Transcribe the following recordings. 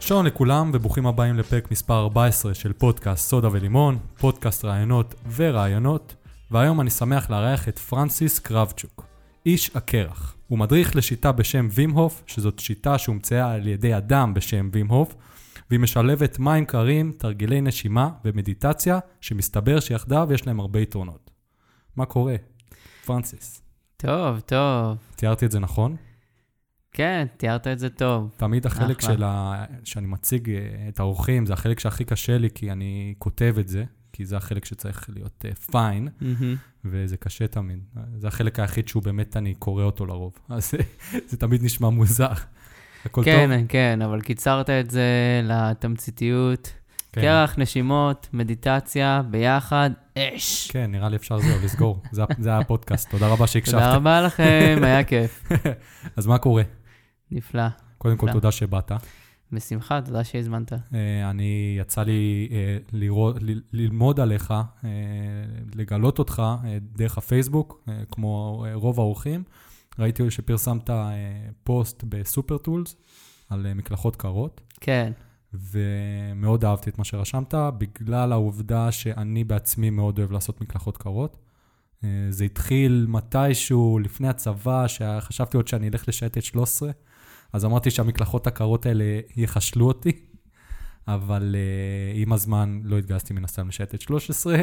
שלום לכולם וברוכים הבאים לפרק מספר 14 של פודקאסט סודה ולימון, פודקאסט רעיונות ורעיונות, והיום אני שמח לארח את פרנסיס קרבצ'וק, איש הקרח. הוא מדריך לשיטה בשם וים הוף, שזאת שיטה שהומצאה על ידי אדם בשם וים הוף, והיא משלבת מים קרים, תרגילי נשימה ומדיטציה, שמסתבר שיחדיו יש להם הרבה יתרונות. מה קורה? פרנסיס. טוב. תיארתי את זה נכון? כן, תיארת את זה טוב. תמיד החלק שאני מציג את האורחים, זה החלק שהכי קשה לי, כי אני כותב את זה, כי זה החלק שצריך להיות פיין, וזה קשה תמיד. זה החלק היחיד שהוא באמת אני קורא אותו לרוב. אז זה תמיד נשמע מוזר. הכל טוב? כן, אבל קיצרת את זה לתמציתיות. קרח, נשימות, מדיטציה, ביחד, אש. כן, נראה לי אפשר זהו, לסגור. זה היה הפודקאסט. תודה רבה שהקשבתם. תודה רבה לכם, היה כיף. אז מה קורה? נפלא. קודם כל, תודה שבאת. בשמחה, תודה שהזמנת. יצא לי ללמוד עליך, לגלות אותך דרך הפייסבוק, כמו רוב האורחים. ראיתי שפרסמת פוסט בסופר טולס על מקלחות קרות. כן. ומאוד אהבתי את מה שרשמת, בגלל העובדה שאני בעצמי מאוד אוהב לעשות מקלחות קרות. זה התחיל מתישהו לפני הצבא, שחשבתי עוד שאני אלך לשייטת 13, אז אמרתי שהמקלחות הקרות האלה יחשלו אותי, אבל עם הזמן לא התגייסתי מן הסתם לשייטת 13,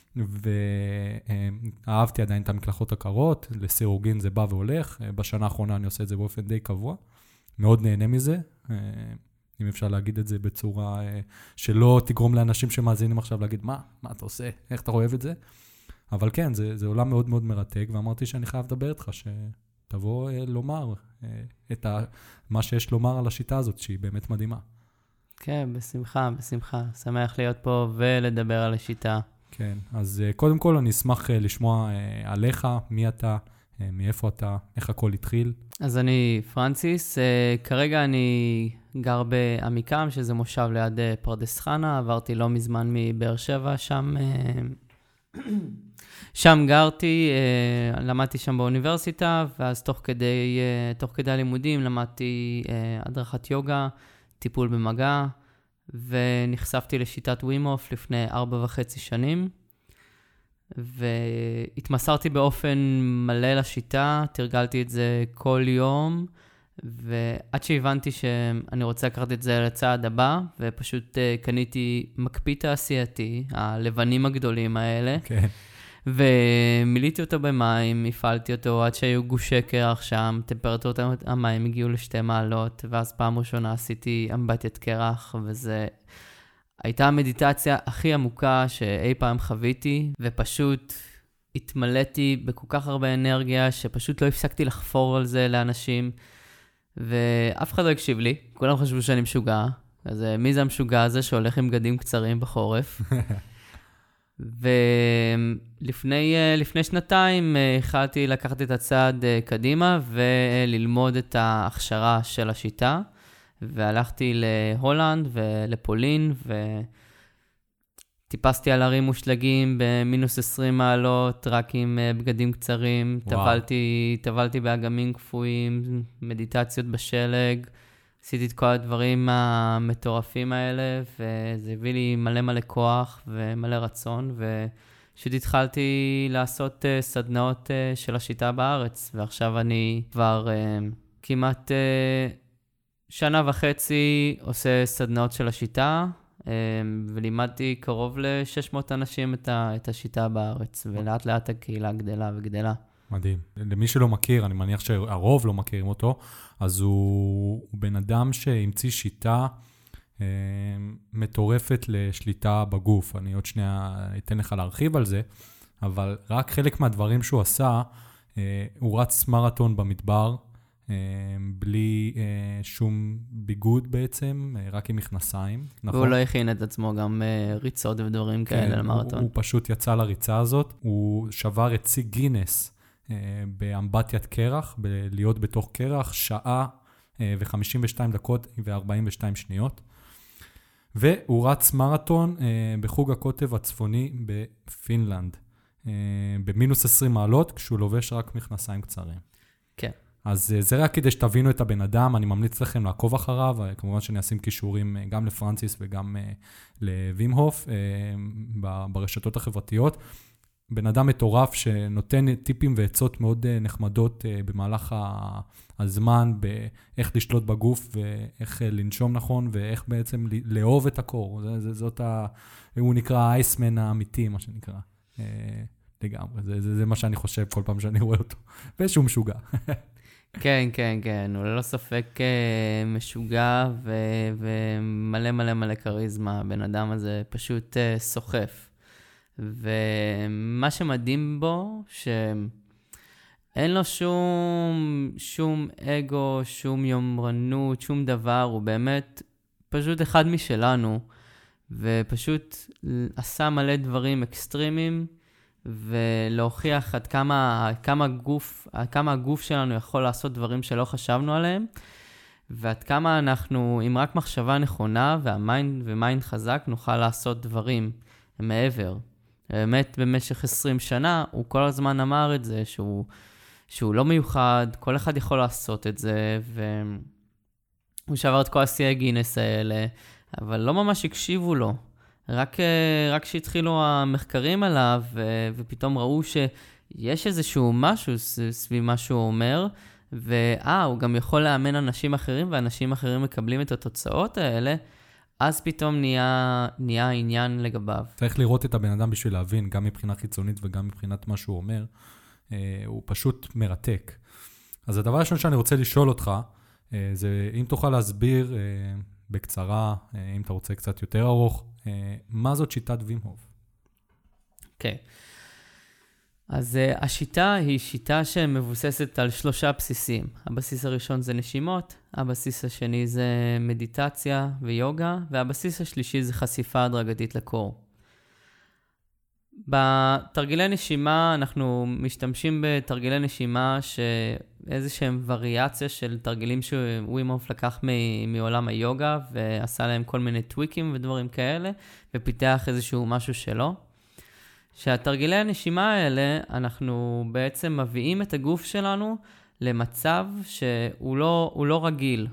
ואהבתי עדיין את המקלחות הקרות, לסירוגין זה בא והולך, בשנה האחרונה אני עושה את זה באופן די קבוע, מאוד נהנה מזה, אם אפשר להגיד את זה בצורה שלא תגרום לאנשים שמאזינים עכשיו להגיד, מה אתה עושה? איך אתה אוהב את זה? אבל כן, זה עולם מאוד מאוד מרתק, ואמרתי שאני חייב לדבר איתך, שתבוא לומר את מה שיש לומר על השיטה הזאת, שהיא באמת מדהימה. כן, בשמחה. שמח להיות פה ולדבר על השיטה. כן, אז קודם כל אני אשמח לשמוע עליך, מי אתה, מאיפה אתה, איך הכל התחיל. אז אני פרנסיס, כרגע אני גר בעמיקם, שזה מושב ליד פרדס חנה, עברתי לא מזמן מבאר שבע, שם גרתי, למדתי שם באוניברסיטה, ואז תוך כדי הלימודים למדתי הדרכת יוגה, טיפול במגע, ונחשפתי לשיטת וים הוף לפני 4.5 שנים, והתמסרתי באופן מלא לשיטה, תרגלתי את זה כל יום, ועד שהבנתי שאני רוצה לקחת את זה לצעד הבא, ופשוט קניתי מקפיא תעשייתי, הלבנים הגדולים האלה, כן. ומיליתי אותו במים, הפעלתי אותו עד שהיו גושי קרח שם, טמפרטורת המים הגיעו ל2 מעלות, ואז פעם ראשונה עשיתי אמבטיית קרח, וזה הייתה המדיטציה הכי עמוקה שאי פעם חוויתי, ופשוט התמלאתי בכל כך הרבה אנרגיה, שפשוט לא הפסקתי לחפור על זה לאנשים, ואף אחד לא הקשיב לי, כולם חשבו שאני משוגע, אז מי זה המשוגע הזה שהולך עם בגדים קצרים בחורף? ולפני שנתיים החלטתי לקחת את הצעד קדימה וללמוד את ההכשרה של השיטה, והלכתי להולנד ולפולין, וטיפסתי על הרים ושלגים במינוס 20 מעלות, רק עם בגדים קצרים, טבלתי באגמים קפואים, מדיטציות בשלג, עשיתי את כל הדברים המטורפים האלה, וזה הביא לי מלא כוח ומלא רצון, ופשוט התחלתי לעשות סדנאות של השיטה בארץ, ועכשיו אני כבר כמעט 1.5 שנה עושה סדנאות של השיטה, ולימדתי קרוב ל-600 אנשים את השיטה בארץ, ולאט לאט הקהילה גדלה וגדלה. מדהים. למי שלא מכיר, אני מניח שהרוב לא מכירים אותו, אז הוא בן אדם שהמציא שיטה מטורפת לשליטה בגוף. אני עוד שנייה אתן לך להרחיב על זה, אבל רק חלק מהדברים שהוא עשה, הוא רץ מרתון במדבר, בלי שום ביגוד בעצם, רק עם מכנסיים. נכון? והוא לא הכין את עצמו גם ריצות ודברים כאלה למרתון. הוא פשוט יצא לריצה הזאת, הוא שבר את שיא גינס, באמבטיית קרח, להיות בתוך קרח, שעה ו52 דקות ו42 שניות. והוא רץ מרתון בחוג הקוטב הצפוני בפינלנד, במינוס 20 מעלות, כשהוא לובש רק מכנסיים קצרים. כן. אז זה רק כדי שתבינו את הבן אדם, אני ממליץ לכם לעקוב אחריו, כמובן שאני אשים קישורים גם לפרנסיס וגם לווים הוף ברשתות החברתיות. בן אדם מטורף שנותן טיפים ועצות מאוד נחמדות במהלך הזמן, באיך לשלוט בגוף ואיך לנשום נכון ואיך בעצם לאהוב את הקור. הוא נקרא האייסמן האמיתי, מה שנקרא. לגמרי, זה מה שאני חושב כל פעם שאני רואה אותו. ושהוא משוגע. כן, כן, כן, הוא ללא ספק משוגע ומלא מלא מלא קריזמה. הבן אדם הזה פשוט סוחף. ומה שמדהים בו, שאין לו שום אגו, שום יומרנות, שום דבר, הוא באמת פשוט אחד משלנו, ופשוט עשה מלא דברים אקסטרימיים, ולהוכיח עד כמה הגוף שלנו יכול לעשות דברים שלא חשבנו עליהם, ועד כמה אנחנו, עם רק מחשבה נכונה ומיינד חזק, נוכל לעשות דברים מעבר. באמת במשך 20 שנה, הוא כל הזמן אמר את זה, שהוא לא מיוחד, כל אחד יכול לעשות את זה, והוא שבר את כל השיאי גינס האלה, אבל לא ממש הקשיבו לו. רק שהתחילו המחקרים עליו, ופתאום ראו שיש איזשהו משהו סביב מה שהוא אומר, הוא גם יכול לאמן אנשים אחרים, ואנשים אחרים מקבלים את התוצאות האלה, אז פתאום נהיה עניין לגביו. צריך לראות את הבן אדם בשביל להבין, גם מבחינה חיצונית וגם מבחינת מה שהוא אומר, הוא פשוט מרתק. אז הדבר הראשון שאני רוצה לשאול אותך, זה אם תוכל להסביר בקצרה, אם אתה רוצה קצת יותר ארוך, מה זאת שיטת ווים הוף? אוקיי. אז השיטה היא שיטה שמבוססת על 3 בסיסים. הבסיס הראשון זה נשימות, הבסיס השני זה מדיטציה ויוגה, והבסיס השלישי זה חשיפה הדרגתית לקור. בתרגילי נשימה אנחנו משתמשים בתרגילי נשימה שאיזשהם וריאציה של תרגילים שווים הוף לקח מעולם היוגה, ועשה להם כל מיני טוויקים ודברים כאלה, ופיתח איזשהו משהו שלו. שהתרגילי הנשימה האלה, אנחנו בעצם מביאים את הגוף שלנו למצב שהוא לא רגיל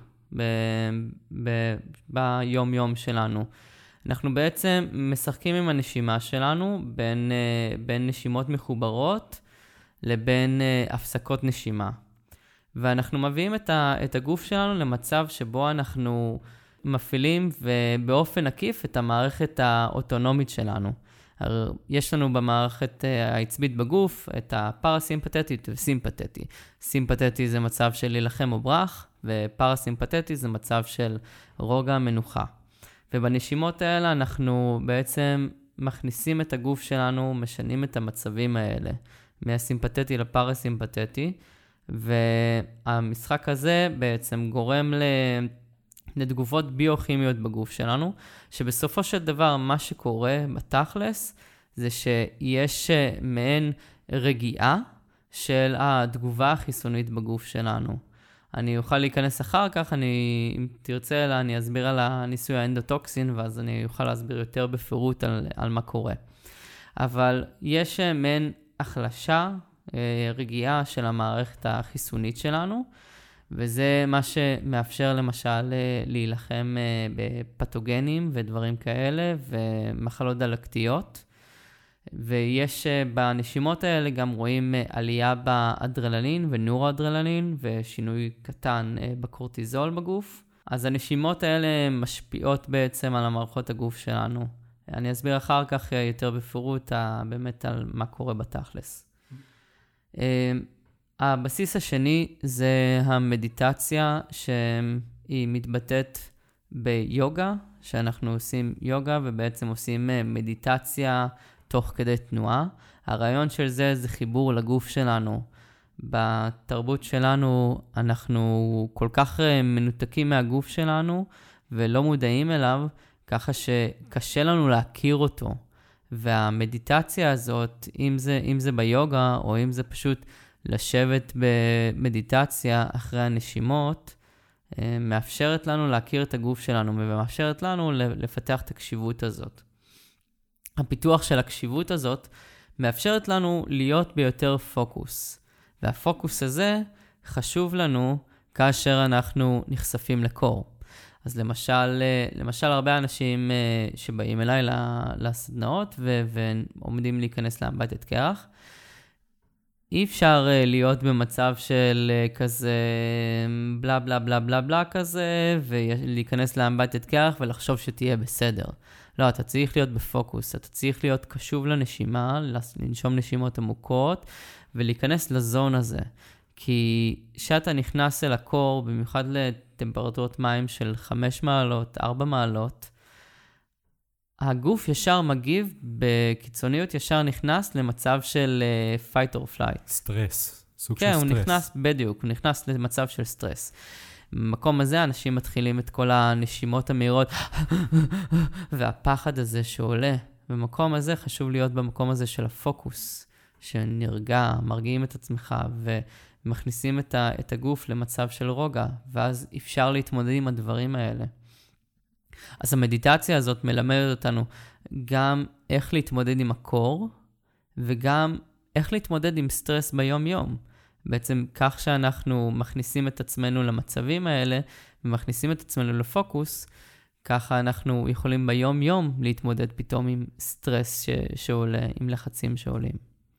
ביום יום שלנו. אנחנו בעצם משחקים עם הנשימה שלנו בין נשימות מחוברות לבין הפסקות נשימה. ואנחנו מביאים את הגוף שלנו למצב שבו אנחנו מפעילים ובאופן עקיף את המערכת האוטונומית שלנו. יש לנו במערכת העצבית בגוף את הפרסימפתטית וסימפתטי. סימפתטי זה מצב של להילחם או ברח, ופרסימפתטי זה מצב של רוגע מנוחה. ובנשימות האלה אנחנו בעצם מכניסים את הגוף שלנו, משנים את המצבים האלה, מהסימפתטי לפרסימפתטי, והמשחק הזה בעצם גורם לתגובות ביוכימיות בגוף שלנו, שבסופו של דבר מה שקורה בתכלס, זה שיש מעין רגיעה של התגובה החיסונית בגוף שלנו. אני אוכל להיכנס אחר כך, אם תרצה, אני אסביר על הניסוי האנדוטוקסין, ואז אני אוכל להסביר יותר בפירוט על מה קורה. אבל יש מעין החלשה, רגיעה של המערכת החיסונית שלנו, וזה מה שמאפשר למשל להילחם בפתוגנים ודברים כאלה, ומחלות דלקתיות. ויש בנשימות האלה גם רואים עלייה באדרנלין ונורואדרנלין, ושינוי קטן בקורטיזול בגוף. אז הנשימות האלה משפיעות בעצם על המערכות הגוף שלנו. אני אסביר אחר כך יותר בפירוט באמת על מה קורה בתכלס. הבסיס השני זה המדיטציה, שהיא מתבטאת ביוגה, שאנחנו עושים יוגה ובעצם עושים מדיטציה תוך כדי תנועה. הרעיון של זה חיבור לגוף שלנו. בתרבות שלנו אנחנו כל כך מנותקים מהגוף שלנו ולא מודעים אליו, ככה שקשה לנו להכיר אותו. והמדיטציה הזאת, אם זה ביוגה או אם זה פשוט לשבת במדיטציה אחרי הנשימות, מאפשרת לנו להכיר את הגוף שלנו ומאפשרת לנו לפתח את הקשיבות הזאת. הפיתוח של הקשיבות הזאת מאפשרת לנו להיות ביותר פוקוס. והפוקוס הזה חשוב לנו כאשר אנחנו נחשפים לקור. אז למשל הרבה אנשים שבאים אליי לסדנאות ועומדים להיכנס לאמבטיית קרח, אי אפשר להיות במצב של כזה בלה בלה בלה בלה בלה כזה, ולהיכנס לאמבטיית קרח ולחשוב שתהיה בסדר. לא, אתה צריך להיות בפוקוס, אתה צריך להיות קשוב לנשימה, לנשום נשימות עמוקות, ולהיכנס לזון הזה. כי כשאתה נכנס אל הקור, במיוחד לטמפרטורות מים של 5 מעלות, 4 מעלות, הגוף ישר מגיב, בקיצוניות ישר נכנס למצב של fight or flight. סטרס, סוג של כן, סטרס. הוא נכנס, בדיוק, הוא נכנס למצב של סטרס. במקום הזה אנשים מתחילים את כל הנשימות המהירות, והפחד הזה שעולה. במקום הזה חשוב להיות במקום הזה של הפוקוס, שנרגע, מרגיעים את עצמך, ומכניסים את הגוף למצב של רוגע, ואז אפשר להתמודד עם הדברים האלה. אז המדיטציה הזאת מלמדת אותנו גם איך להתמודד עם הקור, וגם איך להתמודד עם סטרס ביום-יום. בעצם כך שאנחנו מכניסים את עצמנו למצבים האלה, ומכניסים את עצמנו לפוקוס, ככה אנחנו יכולים ביום-יום להתמודד פתאום עם סטרס שעולה, עם לחצים שעולים.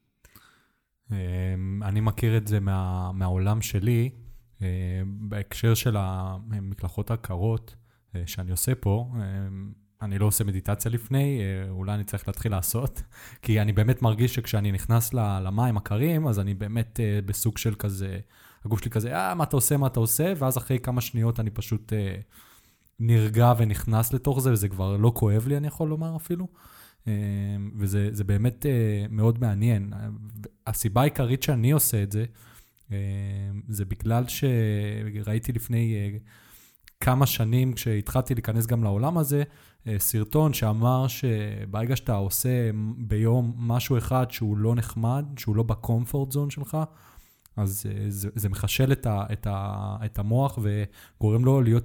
אני מכיר את זה מהעולם שלי, בהקשר של המקלחות הקרות שאני עושה פה, אני לא עושה מדיטציה לפני, אולי אני צריך להתחיל לעשות, כי אני באמת מרגיש שכשאני נכנס למים הקרים, אז אני באמת בסוג של כזה, הגוף שלי כזה, מה אתה עושה, ואז אחרי כמה שניות אני פשוט נרגע ונכנס לתוך זה, וזה כבר לא כואב לי, אני יכול לומר אפילו, וזה באמת מאוד מעניין. הסיבה העיקרית שאני עושה את זה, זה בגלל שראיתי לפני כמה שנים, כשהתחלתי להיכנס גם לעולם הזה, סרטון שאמר שברגע שאתה עושה ביום משהו אחד שהוא לא נחמד, שהוא לא בקומפורט זון שלך, אז זה מחשל את המוח וגורם לו להיות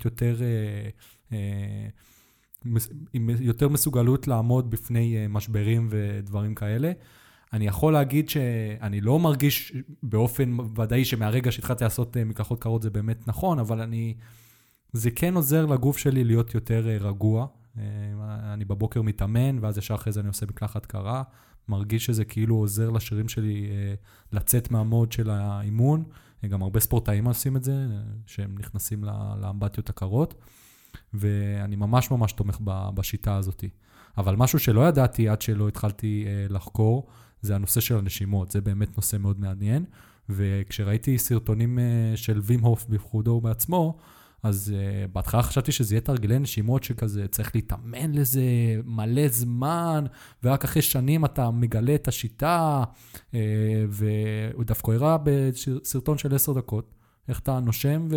יותר מסוגלות לעמוד בפני משברים ודברים כאלה. אני יכול להגיד שאני לא מרגיש באופן ודאי שמהרגע שהתחלתי לעשות מקלחות קרות זה באמת נכון, אבל זה כן עוזר לגוף שלי להיות יותר רגוע. אני בבוקר מתאמן, ואז ישר אחרי זה אני עושה מקלחת קרה. מרגיש שזה כאילו עוזר לשרירים שלי לצאת מהמוד של האימון. גם הרבה ספורטאים עושים את זה, שהם נכנסים לאמבטיות הקרות. ואני ממש ממש תומך בשיטה הזאת. אבל משהו שלא ידעתי עד שלא התחלתי לחקור, זה הנושא של הנשימות. זה באמת נושא מאוד מעניין. וכשראיתי סרטונים של וים הוף בפחודו בעצמו, אז בהתחלה חשבתי שזה יהיה תרגילי נשימות שכזה צריך להתאמן לזה מלא זמן, ורק אחרי שנים אתה מגלה את השיטה, והוא דווקא הראה בסרטון של 10 דקות, איך אתה נושם,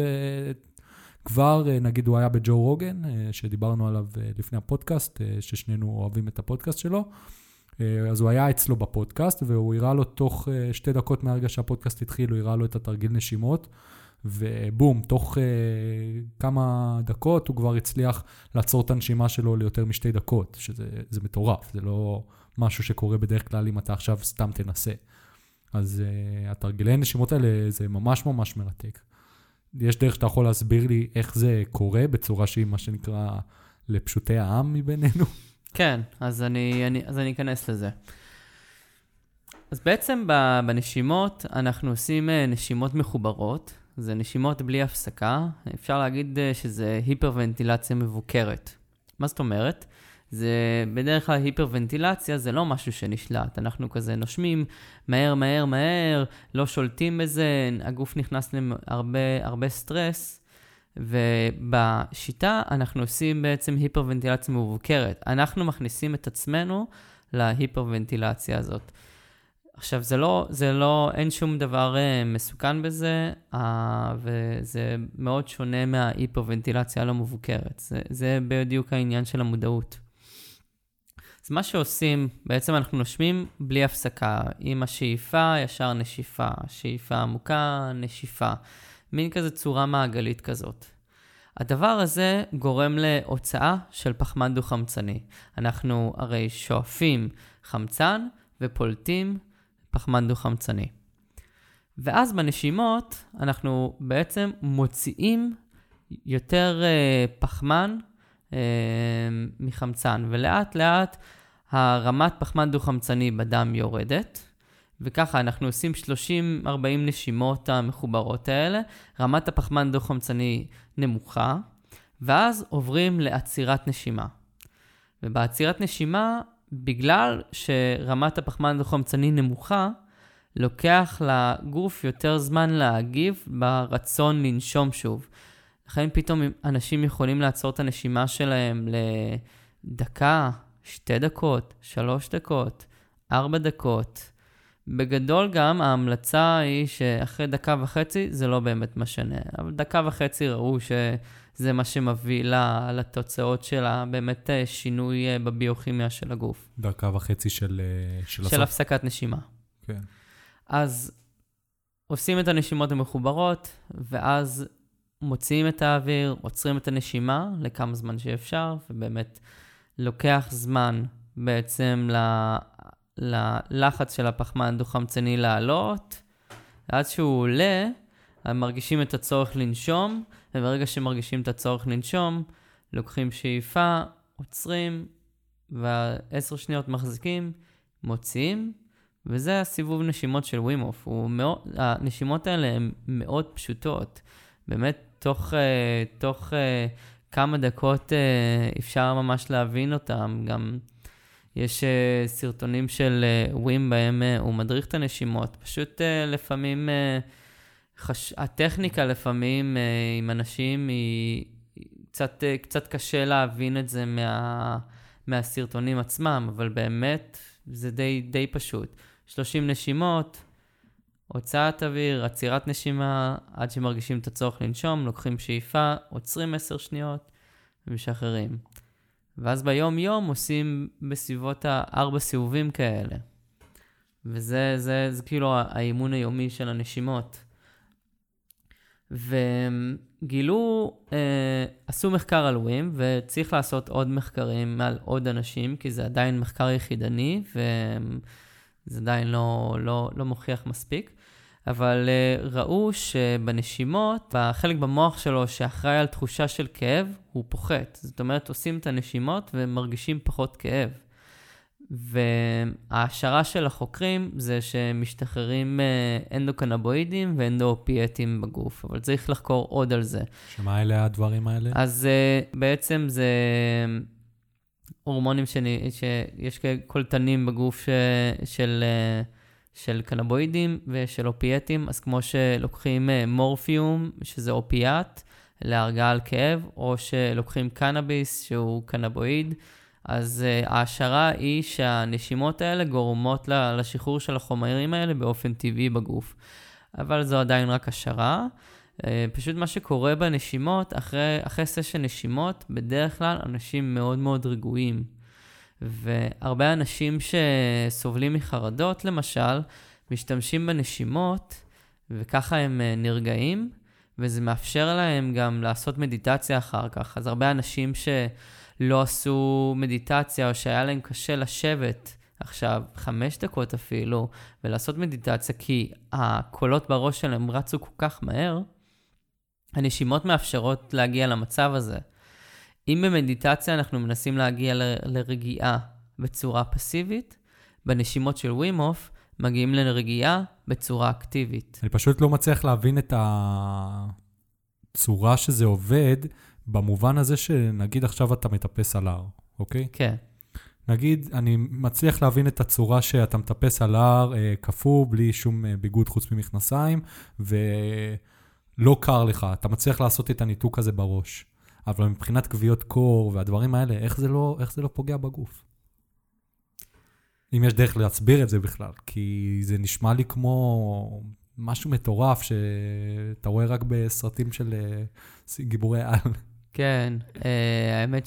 וכבר נגיד הוא היה בג'ו רוגן, שדיברנו עליו לפני הפודקאסט, ששנינו אוהבים את הפודקאסט שלו, אז הוא היה אצלו בפודקאסט, והוא הראה לו תוך 2 דקות מהרגע שהפודקאסט התחיל, הוא הראה לו את התרגיל נשימות, ובום, תוך כמה דקות הוא כבר הצליח לעצור את הנשימה שלו ליותר מ2 דקות, שזה מטורף, זה לא משהו שקורה בדרך כלל אם אתה עכשיו סתם תנסה. אז התרגילי נשימות האלה זה ממש ממש מרתק. יש דרך שאתה יכול להסביר לי איך זה קורה בצורה שהיא מה שנקרא לפשוטי העם מבינינו? כן, אז אני אכנס לזה. אז בעצם בנשימות אנחנו עושים נשימות מחוברות, זה נשימות בלי הפסקה, אפשר להגיד שזה היפרוונטילציה מבוקרת. מה זאת אומרת? זה בדרך כלל היפרוונטילציה, זה לא משהו שנשלט, אנחנו כזה נושמים מהר מהר מהר, לא שולטים בזה, הגוף נכנס להרבה סטרס, ובשיטה אנחנו עושים בעצם היפרוונטילציה מבוקרת. אנחנו מכניסים את עצמנו להיפרוונטילציה הזאת. עכשיו, אין שום דבר מסוכן בזה, וזה מאוד שונה מההיפרוונטילציה הלא מבוקרת. זה בדיוק העניין של המודעות. אז מה שעושים, בעצם אנחנו נושמים בלי הפסקה. עם השאיפה, ישר נשיפה. שאיפה עמוקה, נשיפה. מין כזה צורה מעגלית כזאת. הדבר הזה גורם להוצאה של פחמן דו-חמצני. אנחנו הרי שואפים חמצן ופולטים פחמן דו-חמצני. ואז בנשימות אנחנו בעצם מוציאים יותר פחמן מחמצן, ולאט לאט הרמת פחמן דו-חמצני בדם יורדת, וככה אנחנו עושים 30-40 נשימות המחוברות האלה, רמת הפחמן דו-חמצני נמוכה, ואז עוברים לעצירת נשימה. ובעצירת נשימה, בגלל שרמת הפחמן דו-חמצני נמוכה, לוקח לגוף יותר זמן להגיב ברצון לנשום שוב. לכן פתאום אנשים יכולים לעצור את הנשימה שלהם לדקה, 2 דקות, 3 דקות, 4 דקות. בגדול גם ההמלצה היא שאחרי 1.5 דקות זה לא באמת משנה. אבל 1.5 דקות ראו שזה מה שמביא לתוצאות שלה, באמת שינוי בביוכימיה של הגוף. 1.5 דקות של הפסקת נשימה. כן. אז עושים את הנשימות המחוברות, ואז מוציאים את האוויר, עוצרים את הנשימה לכמה זמן שאפשר, ובאמת לוקח זמן בעצם ללחץ של הפחמן דו-חמצני לעלות, עד שהוא עולה, מרגישים את הצורך לנשום, וברגע שמרגישים את הצורך לנשום, לוקחים שאיפה, עוצרים, ו10 שניות מחזיקים, מוציאים, וזה הסיבוב נשימות של ווים הוף. הנשימות האלה הן מאוד פשוטות. באמת, תוך כמה דקות אפשר ממש להבין אותם. גם יש סרטונים של ווים בהם הוא מדריך את הנשימות. פשוט לפעמים, הטכניקה לפעמים עם אנשים היא קצת קשה להבין את זה מהסרטונים עצמם, אבל באמת זה די פשוט. 30 נשימות, הוצאת אוויר, עצירת נשימה, עד שמרגישים את הצורך לנשום, לוקחים שאיפה, עוצרים 10 שניות ומשחררים. ואז ביום יום עושים בסביבות 4 סיבובים כאלה. וזה כאילו האימון היומי של הנשימות. וגילו, עשו מחקר על ווים, וצריך לעשות עוד מחקרים על עוד אנשים, כי זה עדיין מחקר יחידני, וזה עדיין לא מוכיח מספיק. אבל ראו שבנשימות, בחלק במוח שלו שאחראי על תחושה של כאב, הוא פוחת. זאת אומרת, עושים את הנשימות ומרגישים פחות כאב. וההשערה של החוקרים זה שמשתחררים אנדוקנבואידים ואנדואופיאטים בגוף, אבל צריך לחקור עוד על זה. שמה אלה הדברים האלה? אז בעצם זה הורמונים שיש קולטנים בגוף של קנבואידים ושל אופיאטים, אז כמו שלוקחים מורפיום, שזה אופיאט, להרגעה על כאב, או שלוקחים קנאביס, שהוא קנבואיד, אז ההשערה היא שהנשימות האלה גורמות לשחרור של החומרים האלה באופן טבעי בגוף. אבל זו עדיין רק השערה. פשוט מה שקורה בנשימות, אחרי סשן נשימות, בדרך כלל אנשים מאוד מאוד רגועים. והרבה אנשים שסובלים מחרדות, למשל, משתמשים בנשימות, וככה הם נרגעים, וזה מאפשר להם גם לעשות מדיטציה אחר כך. אז הרבה אנשים שלא עשו מדיטציה, או שהיה להם קשה לשבת עכשיו 5 דקות אפילו, ולעשות מדיטציה, כי הקולות בראש שלהם רצו כל כך מהר, הנשימות מאפשרות להגיע למצב הזה. אם במדיטציה אנחנו מנסים להגיע לרגיעה בצורה פסיבית, בנשימות של ווים הוף מגיעים לרגיעה בצורה אקטיבית. אני פשוט לא מצליח להבין את הצורה שזה עובד, במובן הזה שנגיד עכשיו אתה מטפס על הר, אוקיי? כן. נגיד, אני מצליח להבין את הצורה שאתה מטפס על הר, קפוא, בלי שום ביגוד חוץ ממכנסיים, ולא קר לך. אתה מצליח לעשות את הניתוק הזה בראש. אבל מבחינת גוויות קור והדברים האלה, איך זה לא פוגע בגוף? אם יש דרך להסביר את זה בכלל, כי זה נשמע לי כמו משהו מטורף שאתה רואה רק בסרטים של גיבורי על. כן, האמת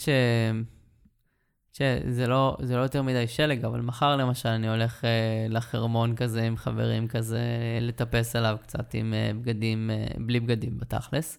שזה לא יותר מדי שלג, אבל מחר למשל אני הולך לחרמון כזה עם חברים כזה, לטפס עליו קצת עם בגדים, בלי בגדים בתכלס.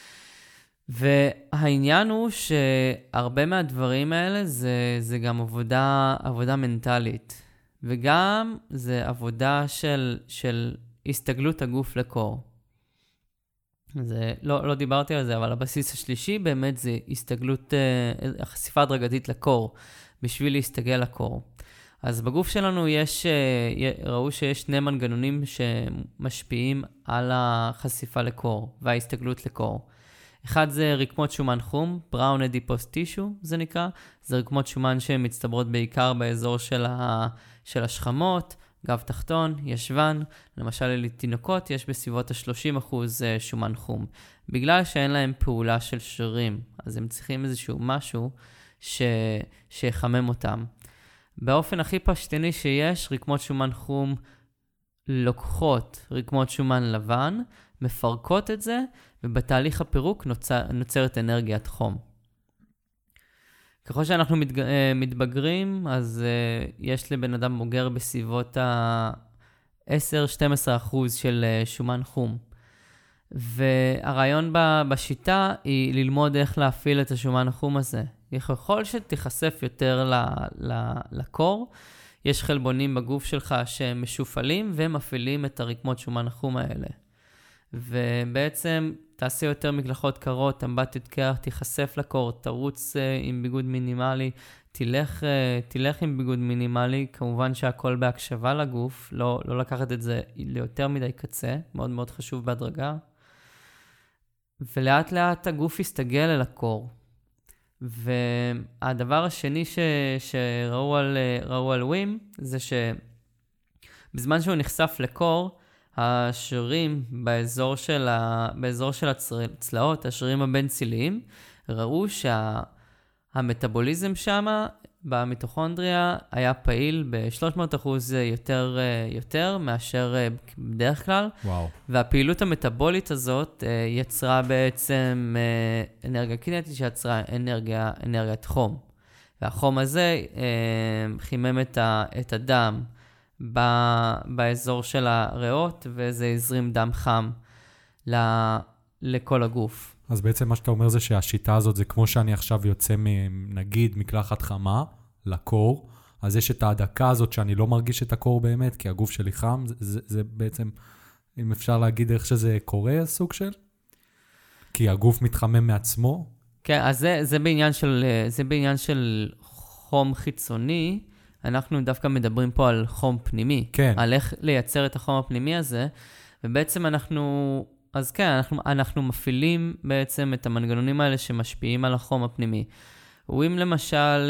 והעניין הוא שהרבה מהדברים האלה זה גם עבודה מנטלית. וגם זה עבודה של הסתגלות הגוף לקור. זה, לא דיברתי על זה, אבל הבסיס השלישי באמת זה הסתגלות, חשיפה הדרגתית לקור, בשביל להסתגל לקור. אז בגוף שלנו ראו שיש שני מנגנונים שמשפיעים על החשיפה לקור וההסתגלות לקור. אחד זה רקמות שומן חום, brown adipose tissue זה נקרא, זה רקמות שומן שמצטברות בעיקר באזור של השכמות, גב תחתון, ישבן, למשל לתינוקות יש בסביבות ה-30% שומן חום, בגלל שאין להם פעולה של שרירים, אז הם צריכים איזשהו משהו שיחמם אותם. באופן הכי פשטני שיש, רקמות שומן חום לוקחות רקמות שומן לבן, מפרקות את זה, ובתהליך הפירוק נוצרת אנרגיית חום. ככל שאנחנו מתבגרים, אז יש לבן אדם בוגר בסביבות ה-10-12% של שומן חום. והרעיון בשיטה היא ללמוד איך להפעיל את השומן החום הזה. ככל שתיחשף יותר לקור, יש חלבונים בגוף שלך שמשופלים ומפעילים את הרקמות שומן החום האלה. ובעצם תעשה יותר מקלחות קרות, אמבטיות קרח, תיחשף לקור, תרוץ עם ביגוד מינימלי, תלך עם ביגוד מינימלי, כמובן שהכל בהקשבה לגוף, לא לקחת את זה ליותר מדי קצה, מאוד מאוד חשוב בהדרגה. ולאט לאט הגוף יסתגל אל הקור. והדבר השני שראו על ווים, זה שבזמן שהוא נחשף לקור, השרירים באזור של הצלעות, השרירים הבין-ציליים, ראו שהמטאבוליזם שם במיטוכונדריה היה פעיל ב-300% יותר מאשר בדרך כלל. וואו. והפעילות המטאבולית הזאת יצרה בעצם אנרגיה קינטית שיצרה אנרגיית חום. והחום הזה חימם את הדם באזור של הריאות, וזה הזרים דם חם לכל הגוף. אז בעצם מה שאתה אומר זה שהשיטה הזאת זה כמו שאני עכשיו יוצא נגיד מקלחת חמה לקור, אז יש את ההדקה הזאת שאני לא מרגיש את הקור באמת, כי הגוף שלי חם, זה בעצם, אם אפשר להגיד איך שזה קורה, סוג של? כי הגוף מתחמם מעצמו? כן, אז זה בעניין של חום חיצוני, אנחנו דווקא מדברים פה על חום פנימי, כן. על איך לייצר את החום הפנימי הזה, ובעצם אנחנו מפעילים בעצם את המנגנונים האלה שמשפיעים על החום הפנימי. אם למשל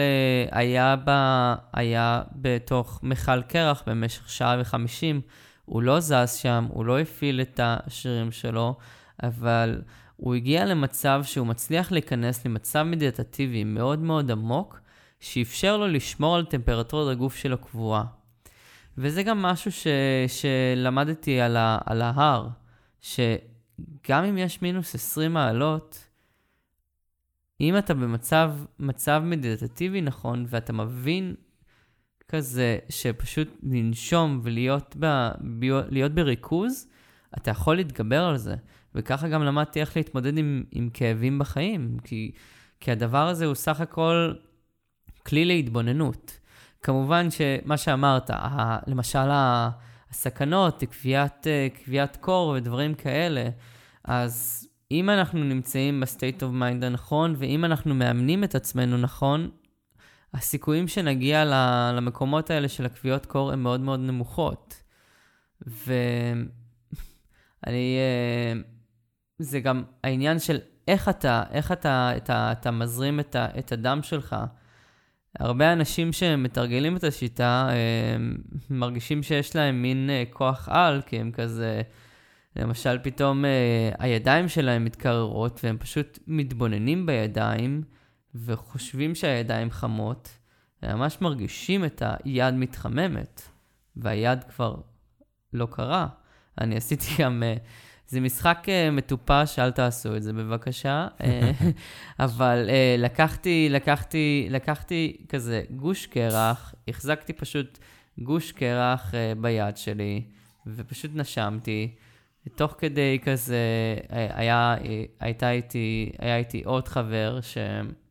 היה בתוך מכל קרח במשך שעה ו50, הוא לא זז שם, הוא לא הפעיל את השרירים שלו, אבל הוא הגיע למצב שהוא מצליח להיכנס למצב מדיטטיבי מאוד מאוד עמוק, שאפשר לו לשמור על טמפרטורת הגוף שלו קבועה. וזה גם משהו שלמדתי על ההר, שגם אם יש מינוס 20 מעלות, אם אתה במצב מדיטטיבי נכון, ואתה מבין כזה שפשוט לנשום ולהיות בריכוז, אתה יכול להתגבר על זה. וככה גם למדתי איך להתמודד עם כאבים בחיים, כי הדבר הזה הוא סך הכל כלי להתבוננות. כמובן שמה שאמרת, למשל הסכנות, קביעת קור ודברים כאלה, אז אם אנחנו נמצאים בסטייט אוף מיינד הנכון, ואם אנחנו מאמנים את עצמנו נכון, הסיכויים שנגיע למקומות האלה של הקביעות קור הן מאוד מאוד נמוכות. זה גם העניין של איך אתה מזרים את הדם שלך. הרבה אנשים שמתרגלים את השיטה, מרגישים שיש להם מין כוח על, כי הם כזה, למשל פתאום הידיים שלהם מתקררות, והם פשוט מתבוננים בידיים, וחושבים שהידיים חמות, הם ממש מרגישים את היד מתחממת, והיד כבר לא קרה. אני עשיתי גם, זה משחק מטופש, אל תעשו את זה בבקשה, אבל לקחתי כזה גוש קרח, החזקתי פשוט גוש קרח ביד שלי, ופשוט נשמתי, תוך כדי כזה, היה איתי עוד חבר